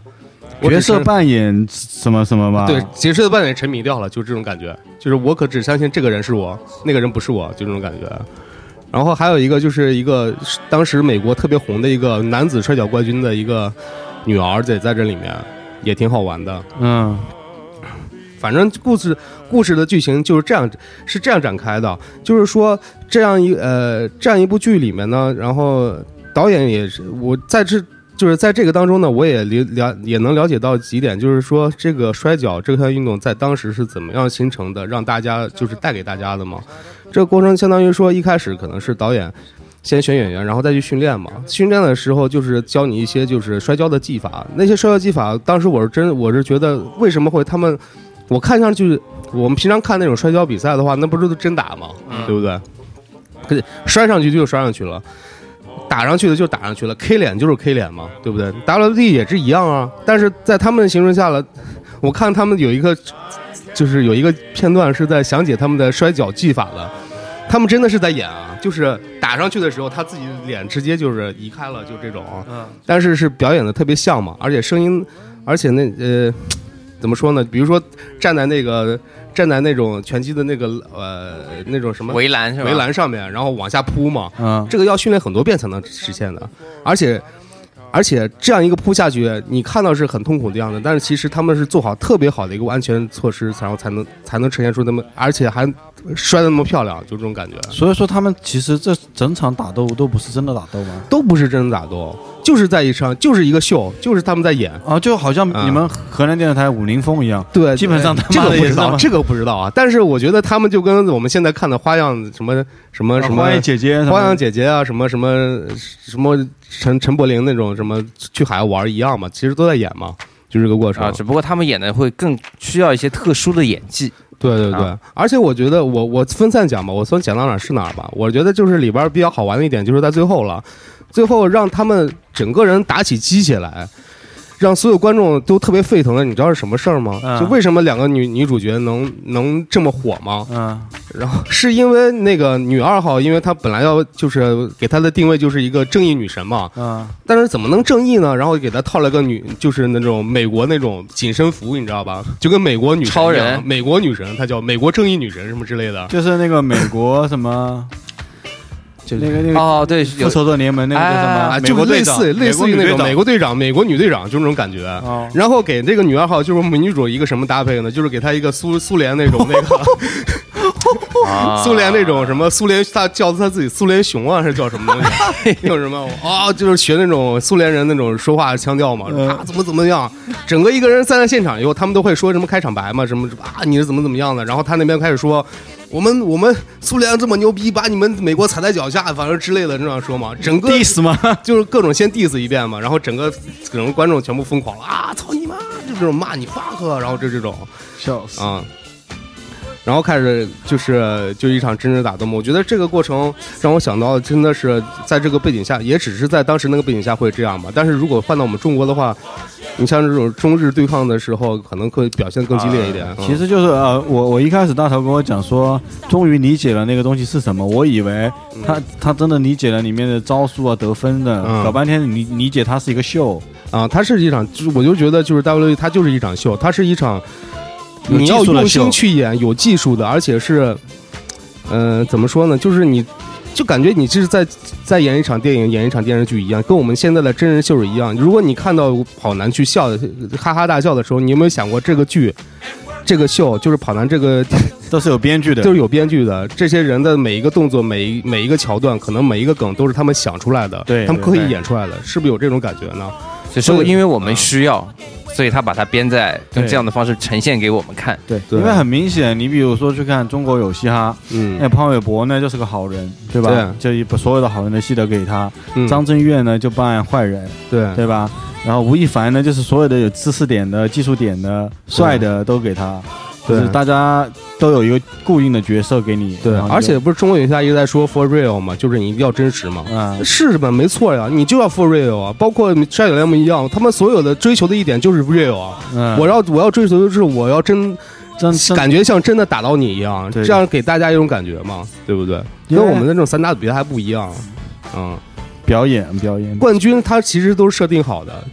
角色扮演什么什么吧？ 对，角色扮演沉迷掉了，就这种感觉。就是我可只相信这个人是我，那个人不是我，就这种感觉。然后还有一个就是一个当时美国特别红的一个男子摔跤冠军的一个女儿在这里面，也挺好玩的。反正故事的剧情就是这样展开的，就是说这样一部剧里面呢，然后导演也是我就是在这个当中呢，我也能了解到几点，就是说这个摔跤这项运动在当时是怎么样形成的，让大家就是带给大家的嘛。这个过程相当于说一开始可能是导演先选演员，然后再去训练嘛。训练的时候就是教你一些就是摔跤的技法，那些摔跤技法当时我是觉得为什么会他们，我看上去我们平常看那种摔跤比赛的话，那不是都真打吗？对不对？摔上去就摔上去了。打上去的就打上去了 ，K 脸就是 K 脸嘛，对不对 ？WD 也是一样啊，但是在他们的形容下了，我看他们有一个片段是在详解他们的摔跤技法的，他们真的是在演啊，就是打上去的时候，他自己的脸直接就是移开了，就这种，但是表演的特别像嘛，而且声音，而且怎么说呢？比如说站在那种拳击的那种什么围栏是吧？ 围栏上面，然后往下扑嘛。这个要训练很多遍才能实现的，而且这样一个扑下去，你看到是很痛苦的样子，但是其实他们是做好特别好的一个安全措施，然后才能呈现出那么，而且还摔得那么漂亮，就这种感觉。 所以说他们其实这整场打斗都不是真的打斗吗？ 都不是真的打斗，就是在就是一个秀，就是他们在演啊，就好像你们河南电视台武林风一样。 对， 基本上他妈的也是这个不知道啊。但是我觉得他们就跟我们现在看的花样什么花样姐姐啊，什么陈柏霖那种什么去海外玩一样嘛，其实都在演嘛，就这个过程啊。只不过他们演的会更需要一些特殊的演技。 对，而且我觉得我分散讲吧，我讲到哪儿是哪儿吧。我觉得就是里边比较好玩的一点就是在最后了，最后让他们整个人打起鸡血来，让所有观众都特别沸腾了。你知道是什么事儿吗？就为什么两个女主角能这么火吗？然后是因为那个女二号，因为她本来要就是给她的定位就是一个正义女神嘛，但是怎么能正义呢？然后给她套了个就是那种美国那种紧身服，你知道吧？就跟美国女神超人， 美国女神，她叫美国正义女神什么之类的， 就是那个美国什么。就那个哦，对， 复仇者联盟那个叫什么？ 就类似于那种美国队长、美国女队长，就那种感觉。然后给这个女二号就是我们女主一个什么搭配呢？就是给她一个苏联那种那个苏联那种什么苏联，她叫她自己苏联熊啊，是叫什么东西？叫什么啊？就是学那种苏联人那种说话腔调嘛，怎么样？整个一个人站在现场以后，他们都会说什么开场白嘛，什么啊你是怎么样的？然后他那边开始说。我们苏联这么牛逼，把你们美国踩在脚下，反正之类的这样说嘛，整个 diss 吗？ 就是各种先 diss 一遍嘛，然后整个观众全部疯狂了啊！操你妈！就这种骂你 fuck， 然后这种笑死啊！然后开始就一场真正打斗嘛。我觉得这个过程让我想到，真的是在这个背景下，也只是在当时那个背景下会这样吧。但是如果换到我们中国的话，你像这种中日对抗的时候，可能会表现更激烈一点。 其实就是我一开始大头跟我讲说，终于理解了那个东西是什么。我以为他真的理解了里面的招数啊、得分的，搞半天理解它是一个秀啊，它是一场，我就觉得就是 WWE 它就是一场秀，它是一场你要用心去演，有技术的，而且是怎么说呢，就是你。就感觉你是在演一场电影、演一场电视剧一样，跟我们现在的真人秀一样。如果你看到跑男去笑、哈哈大笑的时候，你有没有想过这个剧、这个秀就是跑男这个都是有编剧的， 就是有编剧的。这些人的每一个动作、每一个桥段，可能每一个梗都是他们想出来的， 对， 他们刻意演出来的，是不是有这种感觉呢？ 就是因为我们需要。所以他把它编在用这样的方式呈现给我们看， 对，因为很明显，你比如说去看《中国有嘻哈》，那潘玮柏呢就是个好人，对吧？对，就所有的好人的戏都给他。张震岳呢就扮演坏人，对吧？然后吴亦凡呢就是所有的有知识点的、技术点的、帅的都给他。就是大家都有一个固定的角色给你， 对，而且不是中国有嘻哈一直在说 for real 嘛，就是你一定要真实嘛，是吧？没错呀，你就要 for real 啊，包括摔跤联盟一样，他们所有的追求的一点就是 real 啊，我要追求的是我要真感觉像真的打到你一样，这样给大家一种感觉嘛，对不对？跟我们那种散打比赛还不一样， 表演， 冠军他其实都是设定好的，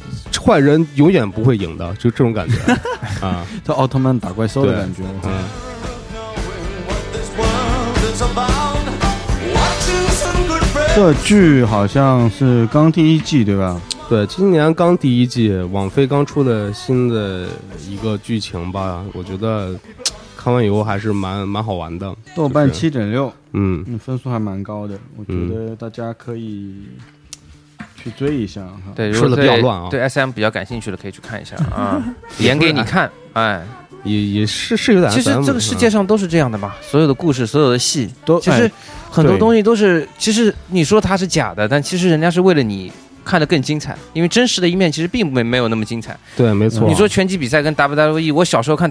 坏人永远不会赢的，就这种感觉啊， 这奥特曼打怪兽的感觉。这剧好像是刚第1季对吧？ 对，今年刚第1季，网飞刚出的新的一个剧情吧，我觉得看完以后还是蛮好玩的。 豆瓣7.6，分数还蛮高的，我觉得大家可以去追一下哈。 对， 说的比较乱啊。 对 SM 比较感兴趣的可以去看一下啊，演给你看，哎。 也是有点。 其实这个世界上都是这样的嘛，所有的故事，所有的戏，其实很多东西都是，其实你说它是假的，但其实人家是为了你看得更精彩，因为真实的一面其实并没有那么精彩。 对，没错。 你说拳击比赛跟 WWE， 我小时候看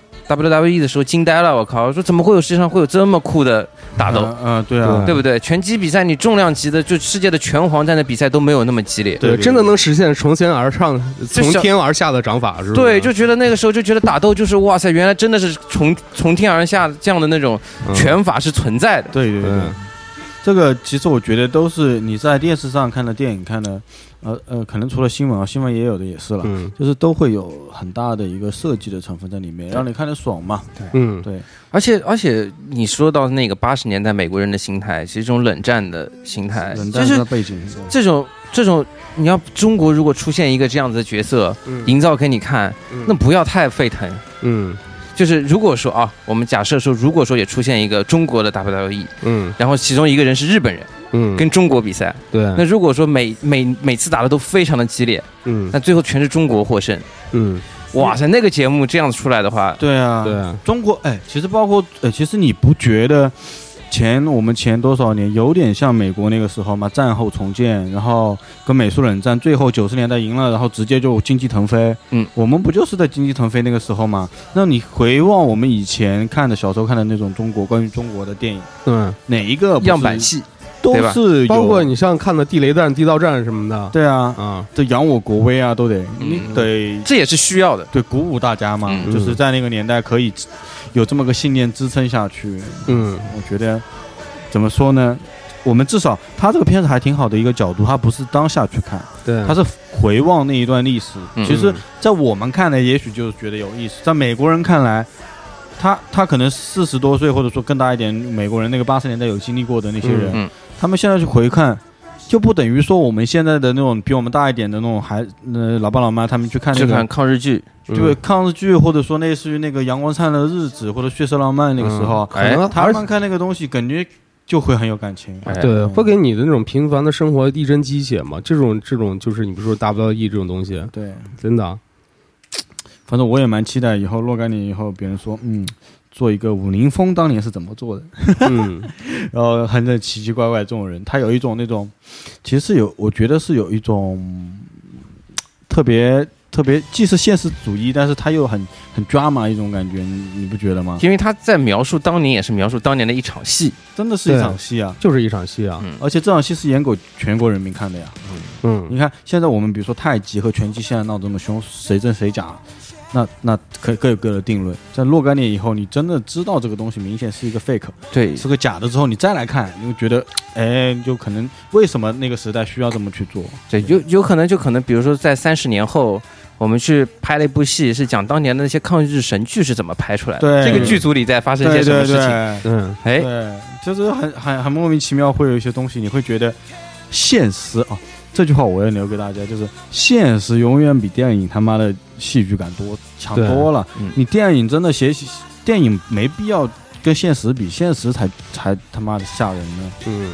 WWE 的时候惊呆了，我靠，我说怎么会有世界上会有这么酷的打斗？ 对啊， 对不对？拳击比赛你重量级的，就世界的拳皇战的比赛都没有那么激烈。 对，真的能实现从天而上、从天而下的掌法，是吧？ 对，就觉得那个时候就觉得打斗就是哇塞，原来真的是从天而下这样的那种拳法是存在的。 对。这个其实我觉得都是你在电视上看的电影看的，可能除了新闻啊，新闻也有的也是了，就是都会有很大的一个设计的成分在里面，让你看得爽嘛。 对，而且你说到那个80年代美国人的心态，其实这种冷战的心态， 冷战的背景， 这种你要中国如果出现一个这样子的角色，营造给你看，那不要太沸腾。就是如果说啊，我们假设说，如果说也出现一个中国的 WWE，然后其中一个人是日本人，跟中国比赛， 对， 那如果说每次打的都非常的激烈，那最后全是中国获胜，哇塞，那个节目这样子出来的话， 对啊，中国，其实包括，其实你不觉得我们前多少年有点像美国那个时候嘛，战后重建，然后跟美苏冷战，最后90年代赢了，然后直接就经济腾飞。我们不就是在经济腾飞那个时候吗？那你回望我们以前小时候看的那种关于中国的电影，哪一个样板戏都是， 包括你像看的地雷战、地道战什么的， 对啊，这扬我国威啊，都得，你得， 这也是需要的， 对，鼓舞大家嘛，就是在那个年代可以有这么个信念支撑下去。我觉得怎么说呢？我们至少他这个片子还挺好的一个角度，他不是当下去看， 对， 他是回望那一段历史。其实，在我们看来，也许就觉得有意思，在美国人看来，他可能40多岁，或者说更大一点，美国人那个80年代有经历过的那些人，他们现在去回看，就不等于说我们现在的那种比我们大一点的那种老爸老妈他们去看那个抗日剧。 对，抗日剧，或者说类似于那个《阳光灿烂的日子》或者《血色浪漫》那个时候，可能他们看那个东西，感觉就会很有感情。 对，会给你的那种平凡的生活一针鸡血嘛。这种就是你比如说 WWE 这种东西， 对， 真的。 反正我也蛮期待以后若干年以后，别人说做一个武林风当年是怎么做的，然后很奇奇怪怪这种人，他有一种那种，其实我觉得是有一种特别既是现实主义，但是他又很drama一种感觉，你不觉得吗？ 因为他在描述当年，也是描述当年的一场戏， 真的是一场戏啊， 就是一场戏啊， 而且这场戏是演给全国人民看的呀。你看现在我们比如说太极和拳击现在闹这么凶，谁真谁假，那各有各的定论。在若干年以后，你真的知道这个东西明显是一个 fake， 对， 是个假的之后，你再来看，你会觉得，就可能为什么那个时代需要这么去做？ 对，有可能，比如说在30年后，我们去拍了一部戏，是讲当年的那些抗日神剧是怎么拍出来的， 对， 这个剧组里在发生一些什么事情， 对，就是很莫名其妙，会有一些东西，你会觉得现实啊。这句话我要留给大家，就是现实永远比电影他妈的戏剧感强多了。你电影真的电影没必要跟现实比，现实才他妈的吓人呢。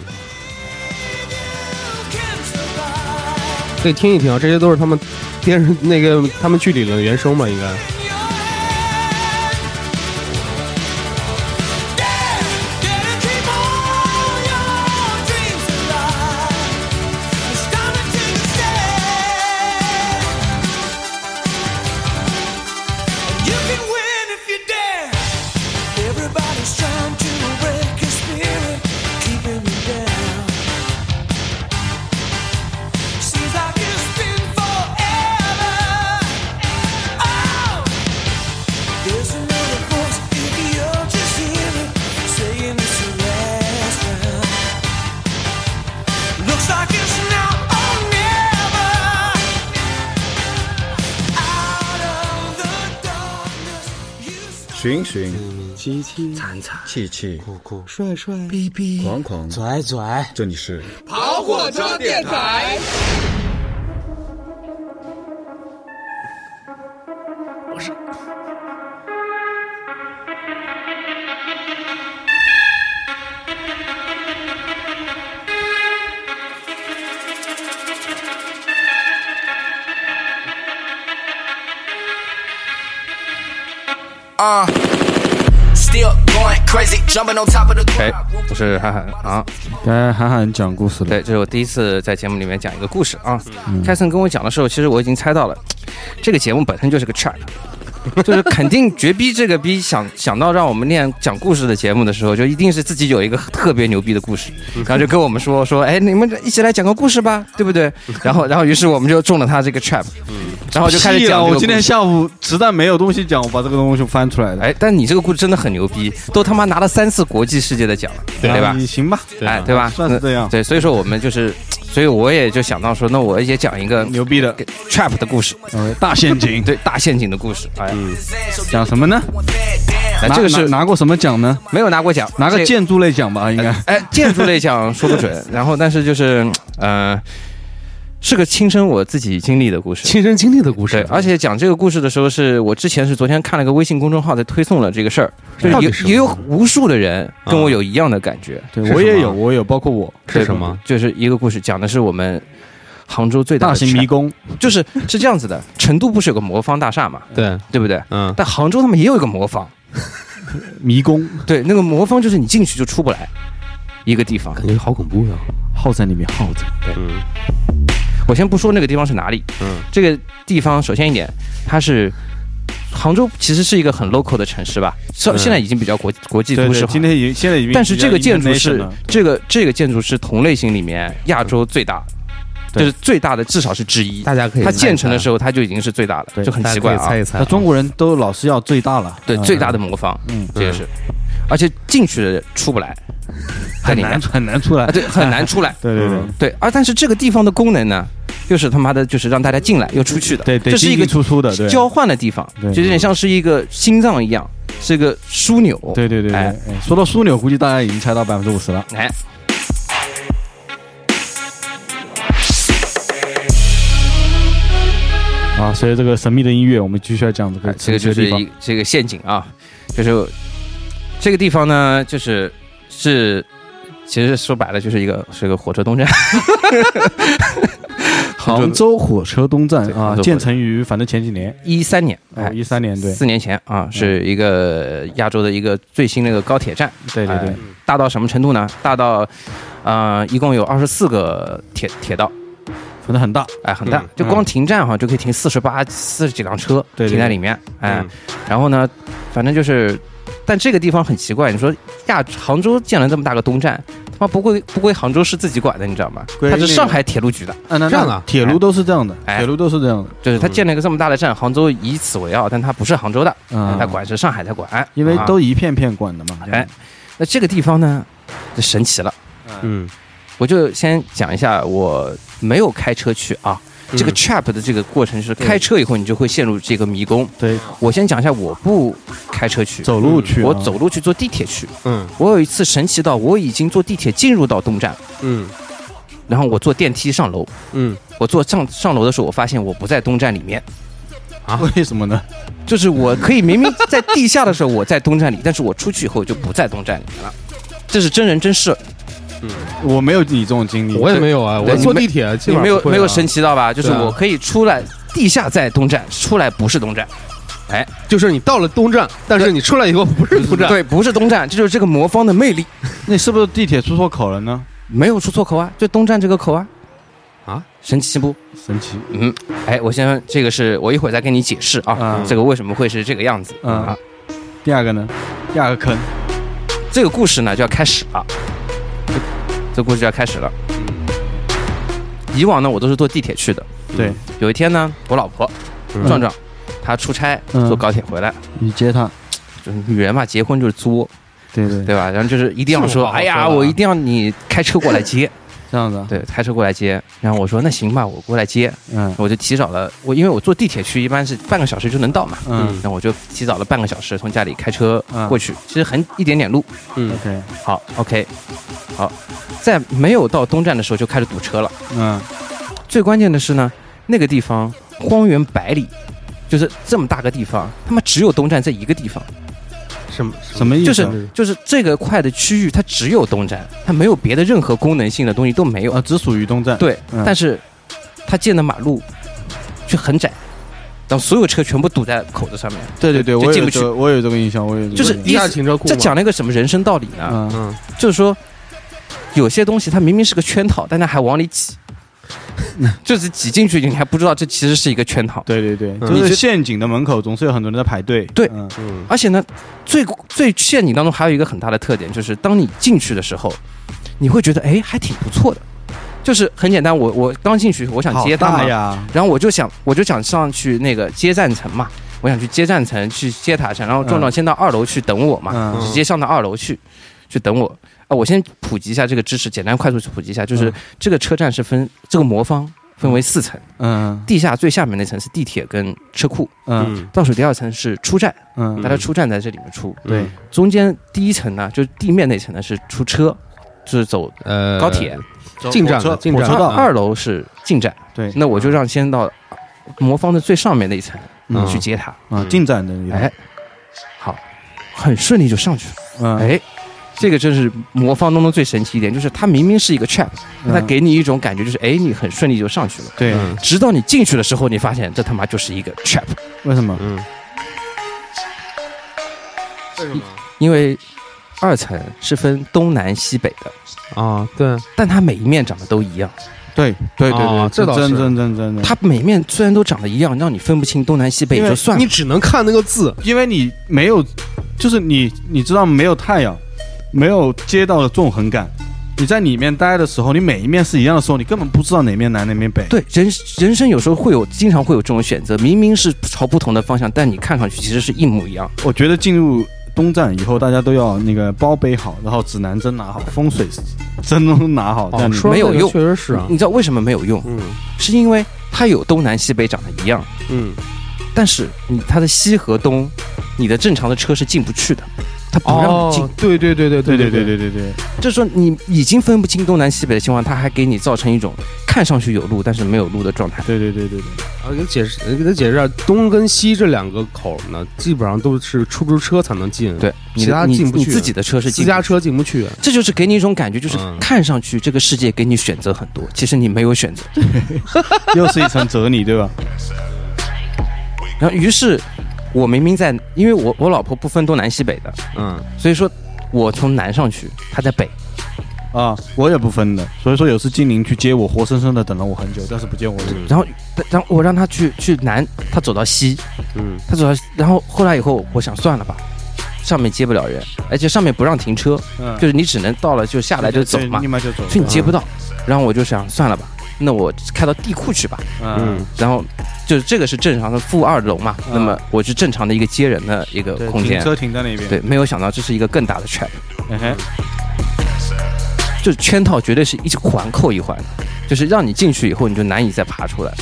可以听一听啊，这些都是他们电视那个他们剧里的原声嘛，应该。 寻寻， 七七， 惨惨，气气， 酷酷，帅帅， 逼逼，狂狂， 拽拽。 这里是跑火车电台。 我是。 我是韩寒啊。 该韩寒讲故事了。 对，这是我第一次在节目里面讲一个故事啊。凯森跟我讲的时候，其实我已经猜到了，这个节目本身就是个 trap。就是肯定绝逼这个逼想到让我们练讲故事的节目的时候，就一定是自己有一个特别牛逼的故事，然后就跟我们说，哎，你们一起来讲个故事吧，对不对？然后于是我们就中了他这个 trap，然后就开始讲。 我今天下午实在没有东西讲，我把这个东西翻出来了。 哎，但你这个故事真的很牛逼，都他妈拿了3次国际世界的奖了，对吧？ 行吧， 哎，对吧？ 算是这样。 对，所以说我们就是。所以我也就想到说，那我也讲一个牛逼的 trap 的故事， 大陷阱， 对，大陷阱的故事。哎， 讲什么呢？这个是拿过什么奖呢？ 没有拿过奖， 拿个建筑类奖吧，应该。 哎，建筑类奖说不准。然后，但是就是是个亲身我自己经历的故事， 亲身经历的故事。 对，而且讲这个故事的时候，是我之前是昨天看了个微信公众号在推送了这个事儿，就是也有无数的人跟我有一样的感觉。 对，我也有，包括我。 是什么？ 就是一个故事，讲的是我们杭州最大的大型迷宫， 是这样子的。成都不是有个魔方大厦嘛？对不对？嗯。但杭州他们也有一个魔方迷宫， 对，那个魔方就是你进去就出不来一个地方， 感觉好恐怖呀， 耗在里面耗着。 对，我先不说那个地方是哪里，这个地方首先一点，它是杭州，其实是一个很 local 的城市吧，现在已经比较国际都市化。 现在已经， 但是这个建筑是这个建筑是同类型里面亚洲最大，就是最大的，至少是之一。 大家可以， 它建成的时候它就已经是最大的，就很奇怪啊。 猜一猜， 那中国人都老是要最大了， 对，最大的魔方，这个是，而且进去的出不来。 很难出来， 对，很难出来。 对， 但是这个地方的功能呢，又是他妈的，就是让大家进来又出去的。 对， 这是一个出的交换的地方，就有点像是一个心脏一样，是一个枢纽。 对。哎，说到枢纽，估计大家已经猜到50%了。哎。啊，随着这个神秘的音乐，我们继续来讲这个就是这个陷阱啊，就是这个地方呢，其实说白了就是是个火车东站。 杭州火车东站啊，建成于反正前几年 ，13年 ，13年对，4 年前啊，是一个亚洲的一个最新的一个高铁站。 对， 大到什么程度呢？大到一共有24个铁道。 反正很大， 哎，很大，就光停站哈就可以停40几辆车停在里面，哎，然后呢，反正就是，但这个地方很奇怪，你说杭州建了这么大个东站，他妈不归杭州市自己管的，你知道吗？它是上海铁路局的， 这样啊，铁路都是这样的，铁路都是这样的， 就是他建了一个这么大的站，杭州以此为傲，但它不是杭州的，它管是上海在管， 因为都一片片管的嘛， 哎，那这个地方呢，就神奇了，我就先讲一下，我没有开车去啊。这个 trap 的这个过程是开车以后你就会陷入这个迷宫。 对， 我先讲一下，我不开车去， 走路去， 我走路去坐地铁去。我有一次神奇到我已经坐地铁进入到东站，然后我坐电梯上楼，我坐上楼的时候，我发现我不在东站里面。 啊？为什么呢？ 就是我可以明明在地下的时候我在东站里，但是我出去以后就不在东站里面了。这是真人真事。 我没有你这种经历， 我也没有啊。我坐地铁， 你没有神奇到吧？就是我可以出来地下在东站，出来不是东站。哎， 就是你到了东站，但是你出来以后不是东站。 对，不是东站，这就是这个魔方的魅力。 那是不是地铁出错口了呢？ 没有出错口啊，就东站这个口啊。 啊， 神奇不？ 神奇。 哎，这个是我一会儿再跟你解释啊，这个为什么会是这个样子啊？ 第二个呢？第二个坑， 这个故事呢就要开始了。这故事就要开始了。以往呢，我都是坐地铁去的。 对， 有一天呢，我老婆壮壮，她出差坐高铁回来， 你接她， 就是女人嘛，结婚就是作， 对吧？ 然后就是一定要说，哎呀，我一定要你开车过来接。 这样子， 对，开车过来接。然后我说那行吧，我过来接。我就提早了，因为我坐地铁去一般是半个小时就能到嘛。然后我就提早了半个小时从家里开车过去，其实一点点路。 OK， 好 ，OK， 好，在没有到东站的时候就开始堵车了。最关键的是呢，那个地方荒原百里，就是这么大个地方，他妈只有东站这一个地方。 什么意思？ 就是这个块的区域，它只有东站，它没有别的任何功能性的东西都没有啊，只属于东站。 对，但是它建的马路却很窄，然后所有车全部堵在口子上面。 对， 就进不去。 我有这个印象， 就是地下停车库。 这讲了一个什么人生道理呢？就是说，有些东西它明明是个圈套，但它还往里挤。就是挤进去，你还不知道这其实是一个圈套。 对，就是陷阱的门口总是有很多人在排队。 对，而且呢，最陷阱当中还有一个很大的特点，就是当你进去的时候，你会觉得还挺不错的。就是很简单，我刚进去，我想接他嘛，然后我就想上去那个接站层嘛，我想去接站层去接他，然后壮壮先到2楼去等我嘛，直接上到2楼去等我。我先普及一下这个知识，简单快速普及一下，就是这个车站是这个魔方分为4层，地下最下面那层是地铁跟车库，倒数第2层是出站，大家出站在这里面出， 对， 中间第1层呢，就是地面那层呢是出车，就是走高铁进站的， 火车到2楼是进站， 对， 那我就让先到魔方的最上面那一层去接他， 进站的， 好，很顺利就上去了，这个真是魔方当中最神奇一点，就是它明明是一个 trap， 它给你一种感觉就是你很顺利就上去了。 对， 直到你进去的时候，你发现这他妈就是一个 trap。 为什么？ 为什么？ 因为2层是分东南西北的啊，对， 但它每一面长得都一样。 对， 这倒是真的。 它每面虽然都长得一样，让你分不清东南西北就算了， 你只能看那个字， 因为你没有，就是你知道没有太阳。没有街道的纵横感，你在里面待的时候，你每一面是一样的时候，你根本不知道哪面南哪面北。 对，人生有时候经常会有这种选择，明明是朝不同的方向，但你看上去其实是一模一样。 我觉得进入东站以后，大家都要那个包备好，然后指南针拿好，风水针都拿好，但没有用， 确实是啊。 你知道为什么没有用？是因为它有东南西北长得一样，但是它的西和东，你的正常的车是进不去的。他不让你进， 对， 就是说你已经分不清东南西北的情况，他还给你造成一种看上去有路但是没有路的状态。 对。 给他解释一下，东跟西这2个口呢，基本上都是出租车才能进， 对， 其他进不去， 你自己的车是私家车进不去。 这就是给你一种感觉，就是看上去这个世界给你选择很多，其实你没有选择， 又是一层哲理，对吧？ 然后于是。我明明因为我老婆不分东南西北的，所以说我从南上去，她在北， 我也不分的，所以说有次精灵去接我，活生生的等了我很久，但是不见我人。 然后我让她去南，她走到西，她走到，然后后来以后我想算了吧，上面接不了人，而且上面不让停车，就是你只能到了就下来就走嘛，所以你接不到。然后我就想算了吧，那我开到地库去吧，然后。就是这个是正常的负2楼嘛，那么我是正常的一个接人的一个空间， 停车停在那边。 对，没有想到这是一个更大的 trap，就是圈套绝对是一环扣一环，就是让你进去以后你就难以再爬出来。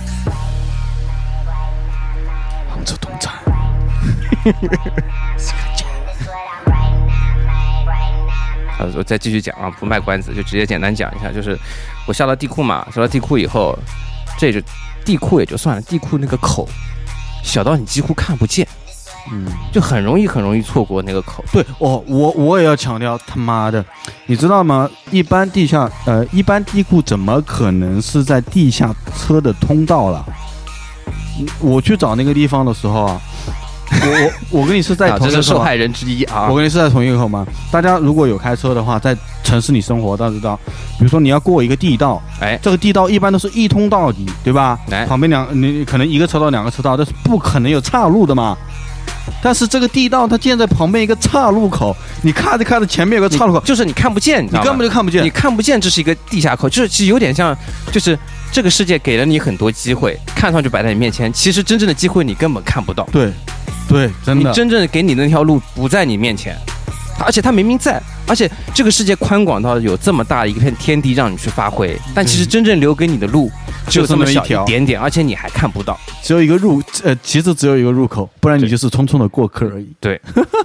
杭州东站。 我再继续讲啊，不卖关子，就直接简单讲一下，就是我下到地库嘛，下到地库以后，这就。地库也就算了，地库那个口小到你几乎看不见，就很容易错过那个口。 对，我也要强调，他妈的，你知道吗？一般地库怎么可能是在地下车的通道了？我去找那个地方的时候啊，我跟你是在同一个口， 这是受害人之一啊。 我跟你是在同一个口吗？大家如果有开车的话，在城市里生活，大家知道，比如说你要过一个地道，这个地道一般都是一通到底，对吧？旁边你可能1个车道2个车道，这是不可能有岔路的嘛。但是这个地道它建在旁边一个岔路口，你看着前面有个岔路口， 就是你看不见， 你根本就看不见， 你看不见这是一个地下口，就是其实有点像，就是这个世界给了你很多机会，看上去摆在你面前，其实真正的机会你根本看不到。 对，真的， 你真正给你的那条路不在你面前。 而且他明明在，而且这个世界宽广到有这么大一片天地让你去发挥，但其实真正留给你的路只有这么小一点点，而且你还看不到， 只有一个其实只有一个入口，不然你就是匆匆的过客而已。 对。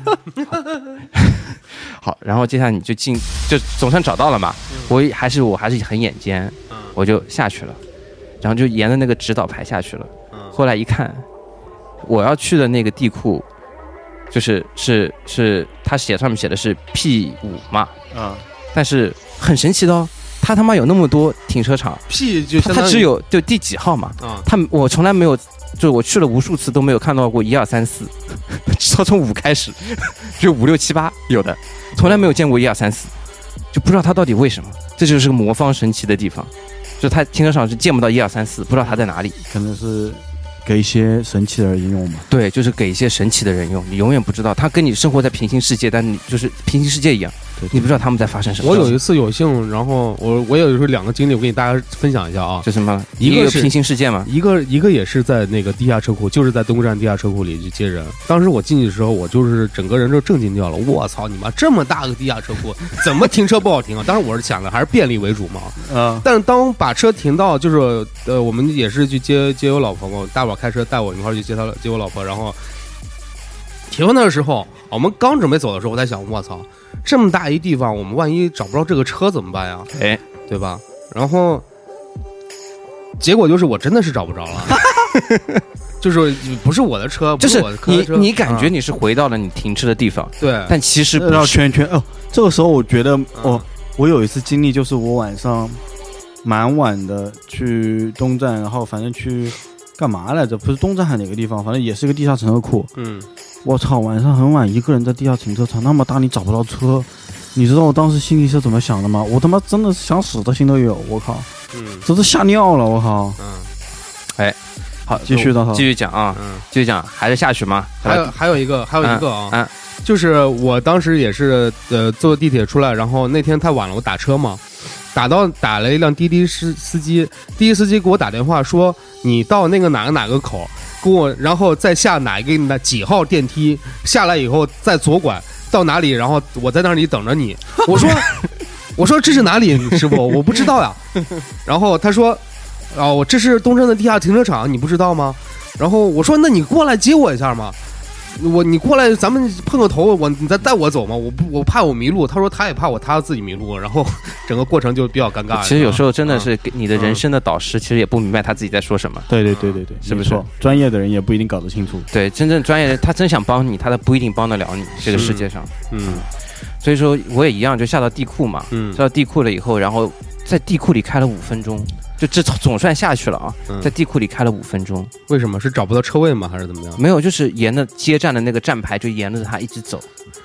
好，然后接下来你就总算找到了嘛。我还是很眼尖，我就下去了，然后就沿着那个指导牌下去了。后来一看，我要去的那个地库，就是他上面写的是 P5 嘛，但是很神奇的哦，他他妈有那么多停车场 ，P 就他只有就第几号嘛，我从来没有。就我去了无数次都没有看到过1、2、3、4，至少从5开始，只有5、6、7、8有的，从来没有见过1、2、3、4，就不知道它到底为什么。这就是个魔方神奇的地方，就它停车场是见不到1、2、3、4，不知道它在哪里。 可能是给一些神奇的人用嘛。 对，就是给一些神奇的人用，你永远不知道，他跟你生活在平行世界，但你就是平行世界一样。你不知道他们在发生什么。 我有一次有幸，然后我有时候2个经历，我给大家分享一下啊。 这什么？一个是平行世界嘛， 一个也是在那个地下车库，就是在东站地下车库里去接人。当时我进去的时候，我就是整个人就正经掉了。我操你妈，这么大个地下车库，怎么停车不好停啊？当时我是想的还是便利为主嘛。但是当把车停到，就是我们也是去接我老婆嘛，大宝开车带我一块儿去接我老婆，然后停到那个时候，我们刚准备走的时候，我在想，我操。这么大一地方，我们万一找不到这个车怎么办呀？对吧？然后结果就是我真的是找不着了，就是不是我的车， 就是不是我的车你感觉你是回到了你停车的地方， 对， 但其实不是绕圈圈。这个时候我觉得我有一次经历，就是我晚上蛮晚的去东站，然后反正去干嘛来着？不是东站还哪个地方，反正也是一个地下停车库。我操！晚上很晚，一个人在地下停车场那么大，你找不到车，你知道我当时心里是怎么想的吗？我他妈真的是想死的心都有，我靠！这是吓尿了，我靠！ 好， 继续讲啊，继续讲，还是下去吗？ 还有一个啊，就是我当时也是坐地铁出来，然后那天太晚了，我打车嘛，打了一辆滴滴司机给我打电话说，你到那个哪个口。跟我，然后再下哪几号电梯，下来以后再左拐到哪里，然后我在那里等着你。我说这是哪里，师傅？我不知道呀。然后他说，我这是东站的地下停车场，你不知道吗？然后我说，那你过来接我一下嘛。你过来，咱们碰个头，你再带我走嘛，我怕我迷路。他说他也怕他自己迷路，然后整个过程就比较尴尬。 其实有时候真的是给你的人生的导师，其实也不明白他自己在说什么。 对， 是不是？ 专业的人也不一定搞得清楚。 对，真正专业人，他真想帮你，他不一定帮得了你。这个世界上，所以说我也一样，就下到地库嘛，下到地库了以后，然后在地库里开了5分钟。就这总算下去了啊，在地库里开了5分钟。 为什么？是找不到车位吗？还是怎么样？ 没有，就是沿着接站的那个站牌，就沿着它一直走，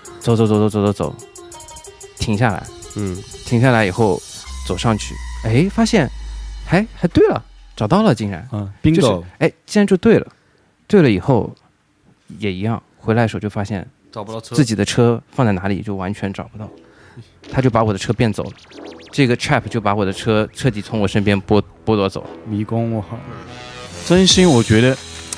停下来，停下来以后走上去，发现还对了，找到了，竟然 bingo， 就是竟然就对了以后也一样，回来的时候就发现找不到车， 自己的车放在哪里就完全找不到，他就把我的车变走了。这个 trap 就把我的车彻底从我身边剥夺走， 迷宫。我靠，真心我觉得，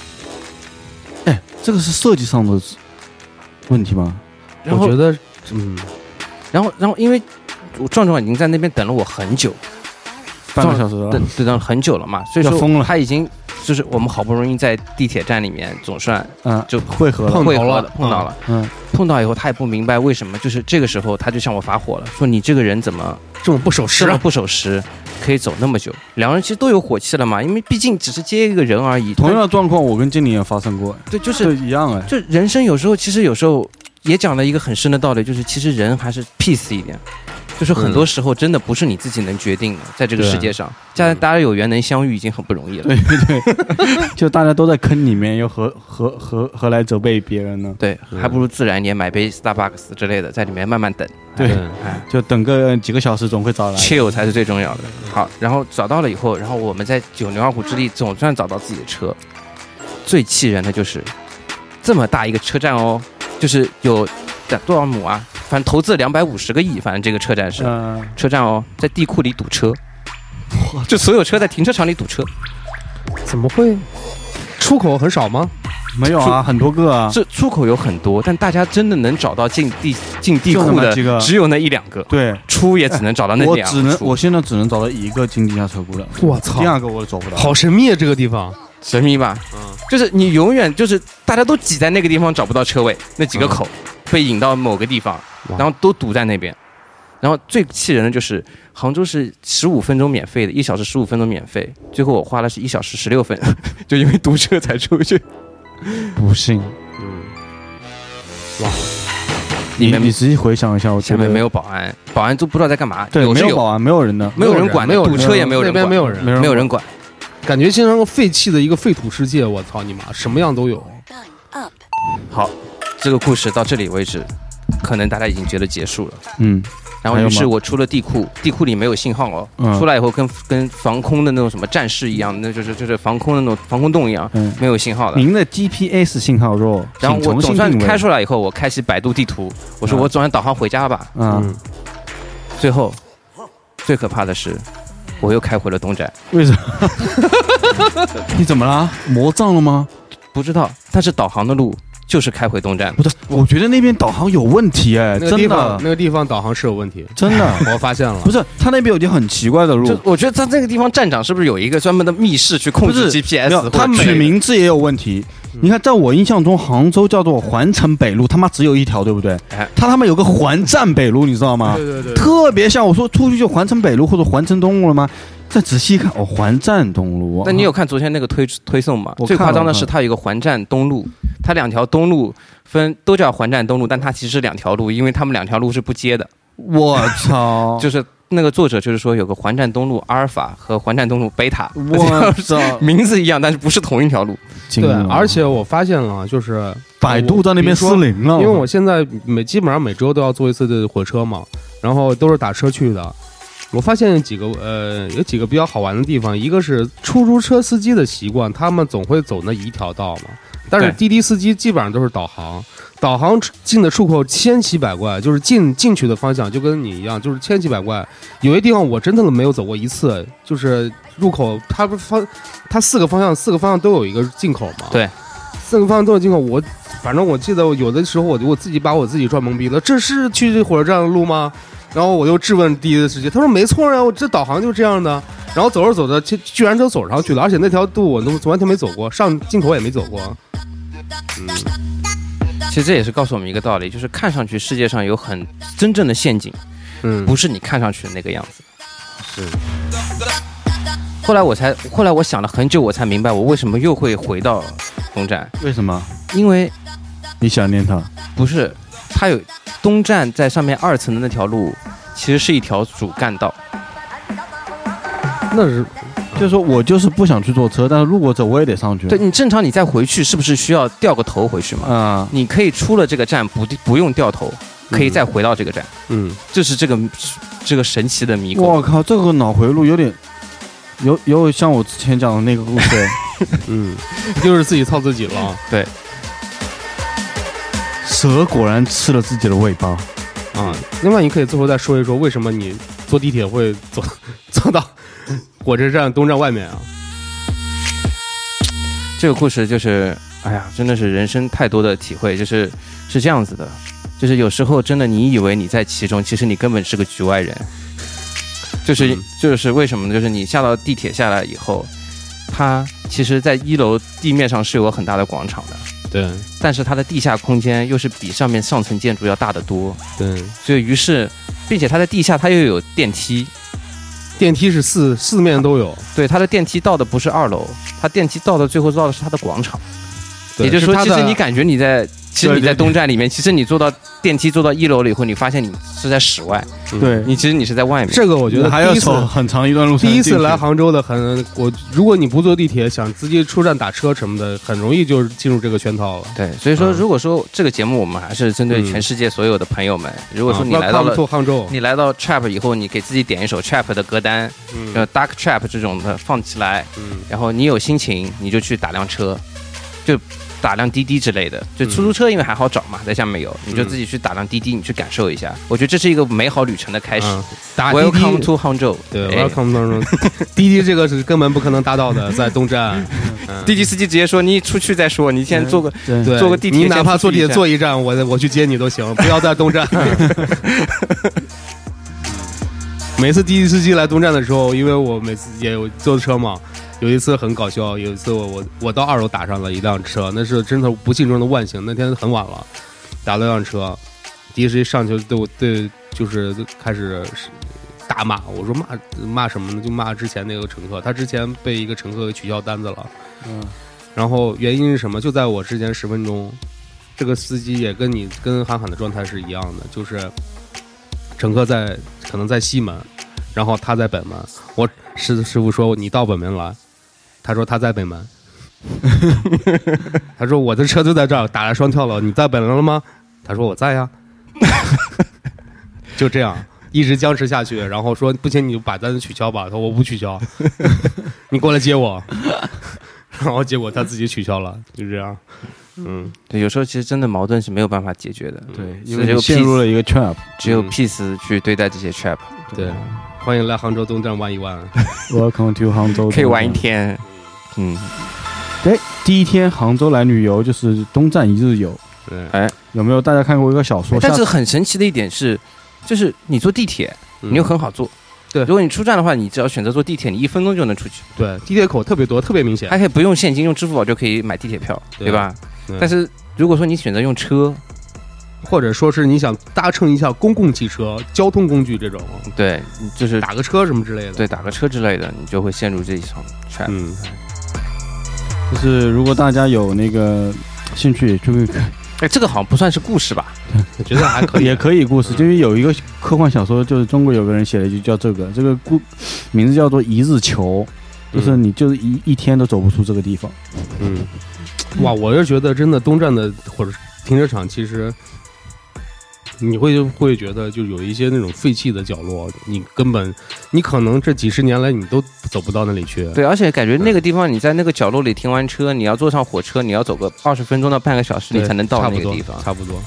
这个是设计上的问题吗？ 我觉得， 然后因为壮已经在那边等了我很久， 半个小时了， 等了很久了嘛，所以说他已经就是我们好不容易在地铁站里面总算就汇合了，碰到了，碰到以后他也不明白为什么，就是这个时候他就向我发火了，说你这个人怎么这么不守时， 可以走那么久。两个人其实都有火气了嘛，因为毕竟只是接一个人而已。 同样的状况我跟经理也发生过， 对，就是一样就人生有时候也讲了一个很深的道理，就是其实人还是 peace 一点。就是很多时候真的不是你自己能决定的，在这个世界上，大家有缘能相遇已经很不容易了。 对，就大家都在坑里面，又何来责备别人呢？ 对，还不如自然一点，买杯 Starbucks 之类的，在里面慢慢等。 对，就等个几个小时，总会找来。 chill 才是最重要的。好，然后找到了以后，然后我们在九牛二虎之力总算找到自己的车。最气人的就是这么大一个车站哦，就是有多少亩啊？反正投资了250个亿，反正这个车站是车站哦，在地库里堵车，就所有车在停车场里堵车， 怎么会？出口很少吗？ 没有啊，很多个啊。 这出口有很多，但大家真的能找到进进地库的只有那1-2个， 对， 出也只能找到那2个。 我现在只能找到一个进地下车库的， 我操， 第2个我找不到。 好神秘啊，这个地方神秘吧？就是你永远就是大家都挤在那个地方找不到车位，那几个口被引到某个地方，然后都堵在那边。然后最气人的就是杭州是15分钟免费的，1小时15分钟免费，最后我花的是1小时16分，就因为堵车才出去。 不信。 哇！ 你仔细回想一下，我下面没有保安，保安都不知道在干嘛。 对，没有保安，没有人的， 没有人管，堵车也没有人管， 没有人管， 感觉像个废弃的一个废土世界。我操你妈，什么样都有。 好，这个故事到这里为止，可能大家已经觉得结束了。然后于是我出了地库，地库里没有信号哦。出来以后跟防空的那种什么战士一样，那就是防空的那种防空洞一样，没有信号的。 您的 GPS 信号弱。 然后我总算开出来以后，我开启百度地图，我说我总算导航回家吧。最后最可怕的是，我又开回了东站。 为什么？你怎么了？魔障了吗？ 不知道，但是导航的路就是开回东站。 不是，我觉得那边导航有问题哎，真的， 那个地方导航是有问题， 真的， 我发现了。 不是，他那边有点很奇怪的路。 我觉得他这个地方站长是不是有一个专门的密室去控制 GPS？ 他取名字也有问题。你看，在我印象中，杭州叫做环城北路，他妈只有一条，对不对？他们有个环站北路，你知道吗？ 对， 特别像我说出去就环城北路或者环城东路了吗？再仔细看，环站东路。 那你有看昨天那个推送吗？最夸张的是，它有一个环站东路，它2条东路都叫环站东路，但它其实是2条路，因为他们2条路是不接的。 我操！ 就是那个作者就是说有个环站东路阿尔法和环站东路贝塔， 我操， 名字一样，但是不是同一条路。 对，而且我发现了，就是百度在那边失灵了， 因为我现在基本上每周都要坐一次的火车嘛，然后都是打车去的。我发现有几个比较好玩的地方，一个是出租车司机的习惯，他们总会走那一条道嘛，但是滴滴司机基本上都是导航进的出口千奇百怪，就是进去的方向就跟你一样，就是千奇百怪。有些地方我真的没有走过一次，就是入口它4个方向都有一个进口嘛， 对 ，4个方向都有进口。反正我记得有的时候我自己把我自己转懵逼了，这是去火车站的路吗？然后我就质问滴滴的司机，他说没错啊，我这导航就是这样的。然后走着走着，居然就走上去了，而且那条路我都完全没走过，上进口也没走过。 其实这也是告诉我们一个道理，就是看上去世界上有很真正的陷阱，不是你看上去的那个样子。 是。 后来我想了很久，我才明白我为什么又会回到东站。 为什么？ 因为你想念他？ 不是，他有东站在上面2层的那条路，其实是一条主干道。 那是，就是说我就是不想去坐车，但是路过这我也得上去。 对，你正常你再回去是不是需要掉个头回去嘛？你可以出了这个站不用掉头，可以再回到这个站。这是这个神奇的迷宫。 我靠，这个脑回路有像我之前讲的那个故事。 就是自己操自己了。 对， 蛇果然吃了自己的尾巴。 另外你可以最后再说一说，为什么你坐地铁会走到火车站东站外面啊？ 这个故事就是，哎呀，真的是人生太多的体会，是这样子的，就是有时候真的你以为你在其中，其实你根本是个局外人。就是为什么呢？就是你下到地铁下来以后，它其实在1楼地面上是有个很大的广场的。 对， 但是它的地下空间又是比上面上层建筑要大得多。 对， 所以于是，并且它的地下它又有电梯是四面都有。 对，它的电梯到的不是2楼，它电梯到的最后到的是它的广场。也就是说，其实你感觉你在东站里面，其实你坐到电梯坐到1楼了以后，你发现你是在室外。 对， 其实你是在外面。 这个我觉得还要走很长一段路。 第一次来杭州的如果你不坐地铁，想直接出站打车什么的，很容易就进入这个圈套了。 对，所以说如果说这个节目我们还是针对全世界所有的朋友们，如果说你来到了杭州， 你来到 Trap 以后，你给自己点一首 Trap 的歌单，Dark Trap 这种的放起来，然后你有心情你就去打辆车，就打辆滴滴之类的，就出租车因为还好找嘛，在下面有，你就自己去打辆滴滴，你去感受一下。我觉得这是一个美好旅程的开始。 打滴滴 Welcome to 杭州， 对 ，Welcome to 滴滴这个是根本不可能达到的，在东站。 滴滴司机直接说你出去再说，你先坐个地铁， 你哪怕坐地铁坐一站，我去接你都行，不要在东站。每次滴滴司机来东站的时候，因为我每次也有坐车嘛，有一次很搞笑，有一次我到2楼打上了一辆车，那是真的不幸中的万幸。那天很晚了，打了辆车，滴滴司机上去对就是开始大骂，我说骂什么呢？就骂之前那个乘客，他之前被一个乘客取消单子了，然后原因是什么？就在我之前10分钟，这个司机也跟韩寒的状态是一样的，就是乘客可能在西门，然后他在北门。我师傅说你到北门来，他说他在北门，他说我的车就在这儿，打了双跳了，你在北门了吗？他说我在呀，就这样一直僵持下去，然后说不行你就把单子取消吧，他说我不取消，你过来接我，然后结果他自己取消了，就这样。 对，有时候其实真的矛盾是没有办法解决的， 对，因为陷入了一个 trap， 只有 peace 去对待这些 trap。 对，欢迎来杭州东站玩一玩。 Welcome to 杭州， 可以玩一天。 第一天杭州来旅游就是东站一日游。有没有大家看过一个小说？ 但是很神奇的一点是，就是你坐地铁，你又很好坐。 对， 如果你出站的话，你只要选择坐地铁，你1分钟就能出去。 对，地铁口特别多，特别明显， 还可以不用现金，用支付宝就可以买地铁票，对吧？但是如果说你选择用车， 或者说是你想搭乘一下公共汽车、交通工具这种， 对，就是打个车什么之类的， 对，打个车之类的，你就会陷入这一场 trap。 就是如果大家有那个兴趣，就会。 这个好像不算是故事吧？ 我觉得还可以， 也可以故事。就是有一个科幻小说，就是中国有个人写的，就叫这个名字叫做《一日游》，就是你就是一天都走不出这个地方。 哇，我是觉得真的东站的或者停车场，其实你会觉得就有一些那种废弃的角落，你可能这几10年来你都走不到那里去。 对，而且感觉那个地方你在那个角落里停完车，你要坐上火车，你要走个20分钟到半个小时，你才能到那个地方。 差不多。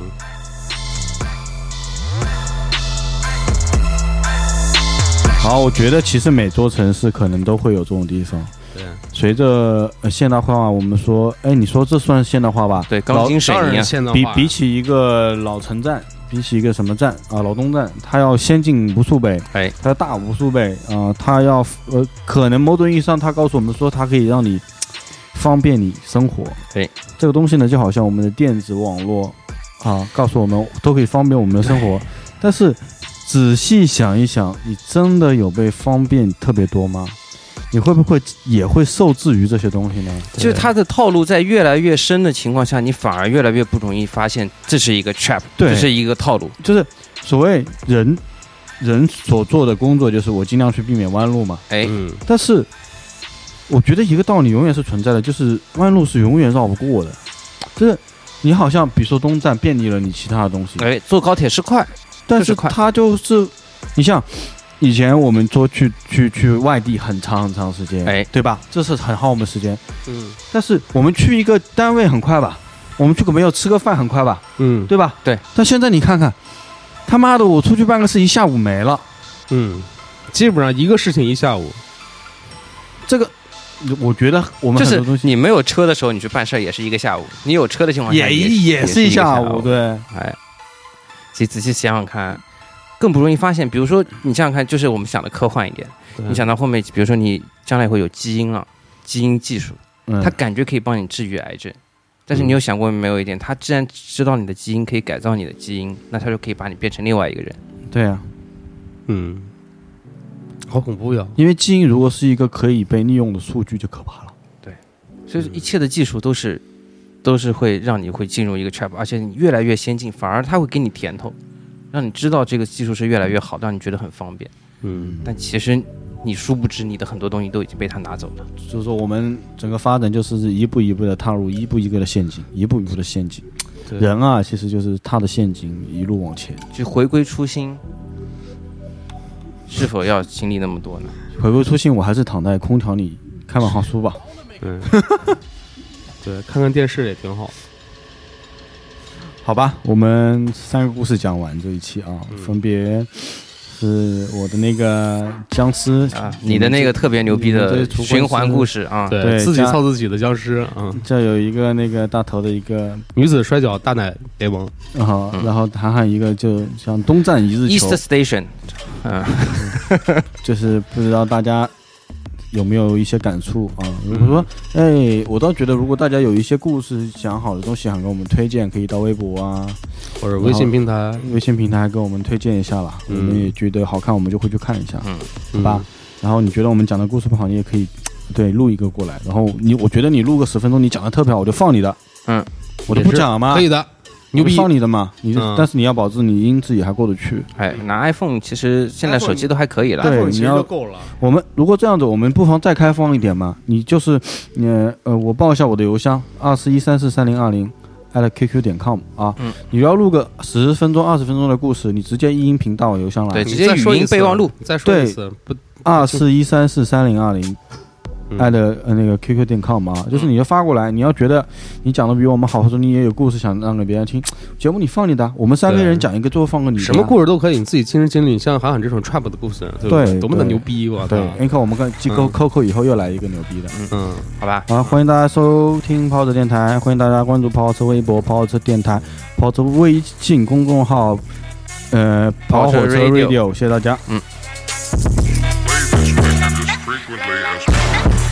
好，我觉得其实每座城市可能都会有这种地方。 对， 随着现代化，我们说，你说这算现代化吧？ 对，钢筋水泥啊，比起一个老城站，比起一个什么站啊，老东站，它要先进无数倍，它要大无数倍啊，它要可能某种意义上，它告诉我们说，它可以让你方便你生活。这个东西呢，就好像我们的电子网络啊，告诉我们都可以方便我们的生活，但是仔细想一想，你真的有被方便特别多吗？你会不会也会受制于这些东西呢？ 就是它的套路在越来越深的情况下，你反而越来越不容易发现这是一个 trap， 这是一个套路。 就是所谓人所做的工作，就是我尽量去避免弯路嘛。但是我觉得一个道理永远是存在的，就是弯路是永远绕不过的。就是你好像比如说东站便利了你其他的东西， 坐高铁是快， 但是它就是你像。以前我们说去外地很长时间，对吧？这是很耗我们时间。但是我们去一个单位很快吧，我们去个没有吃个饭很快吧，对吧？ 对。 但现在你看看，他妈的，我出去办个事一下午没了， 基本上一个事情一下午。 这个，我觉得我们很多东西， 你没有车的时候，你去办事也是一个下午；你有车的情况下， 也是一下午。对， 其实仔细想想看。更不容易发现，比如说你想想看，就是我们想的科幻一点，你想到后面，比如说你将来会有基因技术，它感觉可以帮你治愈癌症，但是你有想过没有一点，它既然知道你的基因可以改造你的基因，那它就可以把你变成另外一个人。 对啊， 好恐怖呀！ 因为基因如果是一个可以被利用的数据，就可怕了。 对，所以一切的技术都是会让你会进入一个 trap， 而且你越来越先进，反而它会给你甜头。让你知道这个技术是越来越好，让你觉得很方便。但其实你殊不知，你的很多东西都已经被他拿走了。 就是说，我们整个发展就是一步一步的踏入一步一步的陷阱，一步一步的陷阱。人啊，其实就是踏的陷阱，一路往前。 就回归初心，是否要经历那么多呢？ 回归初心，我还是躺在空调里看漫画书吧。 对，看看电视也挺好。 好吧，我们3个故事讲完这一期啊，分别是我的那个僵尸啊，你的那个特别牛逼的循环故事啊， 对，自己操自己的僵尸啊。 这有一个那个大头的一个女子摔跤大奶联盟， 然后还有一个就像东站一日球 East Station， 就是不知道大家有没有一些感触啊？如果说，我倒觉得，如果大家有一些故事想好的东西想给我们推荐，可以到微博啊， 或者微信平台给我们推荐一下啦。我们也觉得好看，我们就会去看一下，好吧？然后你觉得我们讲的故事不好，你也可以录一个过来。然后我觉得你录个10分钟，你讲的特别好，我就放你的，我就不讲嘛， 可以的。 牛逼，放你的嘛，但是你要保证你音质也还过得去。 拿 iPhone 其实现在手机都还可以了， 对，你要够了。 我们如果这样子，我们不妨再开放一点嘛。你就是我报一下我的邮箱24134020@qq.com 啊。你要录个10分钟、20分钟的故事，你直接音频到我邮箱来， 对，直接语音备忘录。 再说一次，不 24134020。那个 qq.com 啊，就是你就发过来，你要觉得你讲的比我们好，或者你也有故事想让给别人听，节目你放你的，我们3个人讲一个，最后放个你的， 什么故事都可以，你自己亲身经历，像韩寒这种 trap 的故事，对，多么的牛逼哇！ 对，你看我们跟Coco 以后又来一个牛逼的， 好吧， 欢迎大家收听跑车电台，欢迎大家关注跑车微博、跑车电台、跑车微信公众号，跑火车 Radio， 谢谢大家。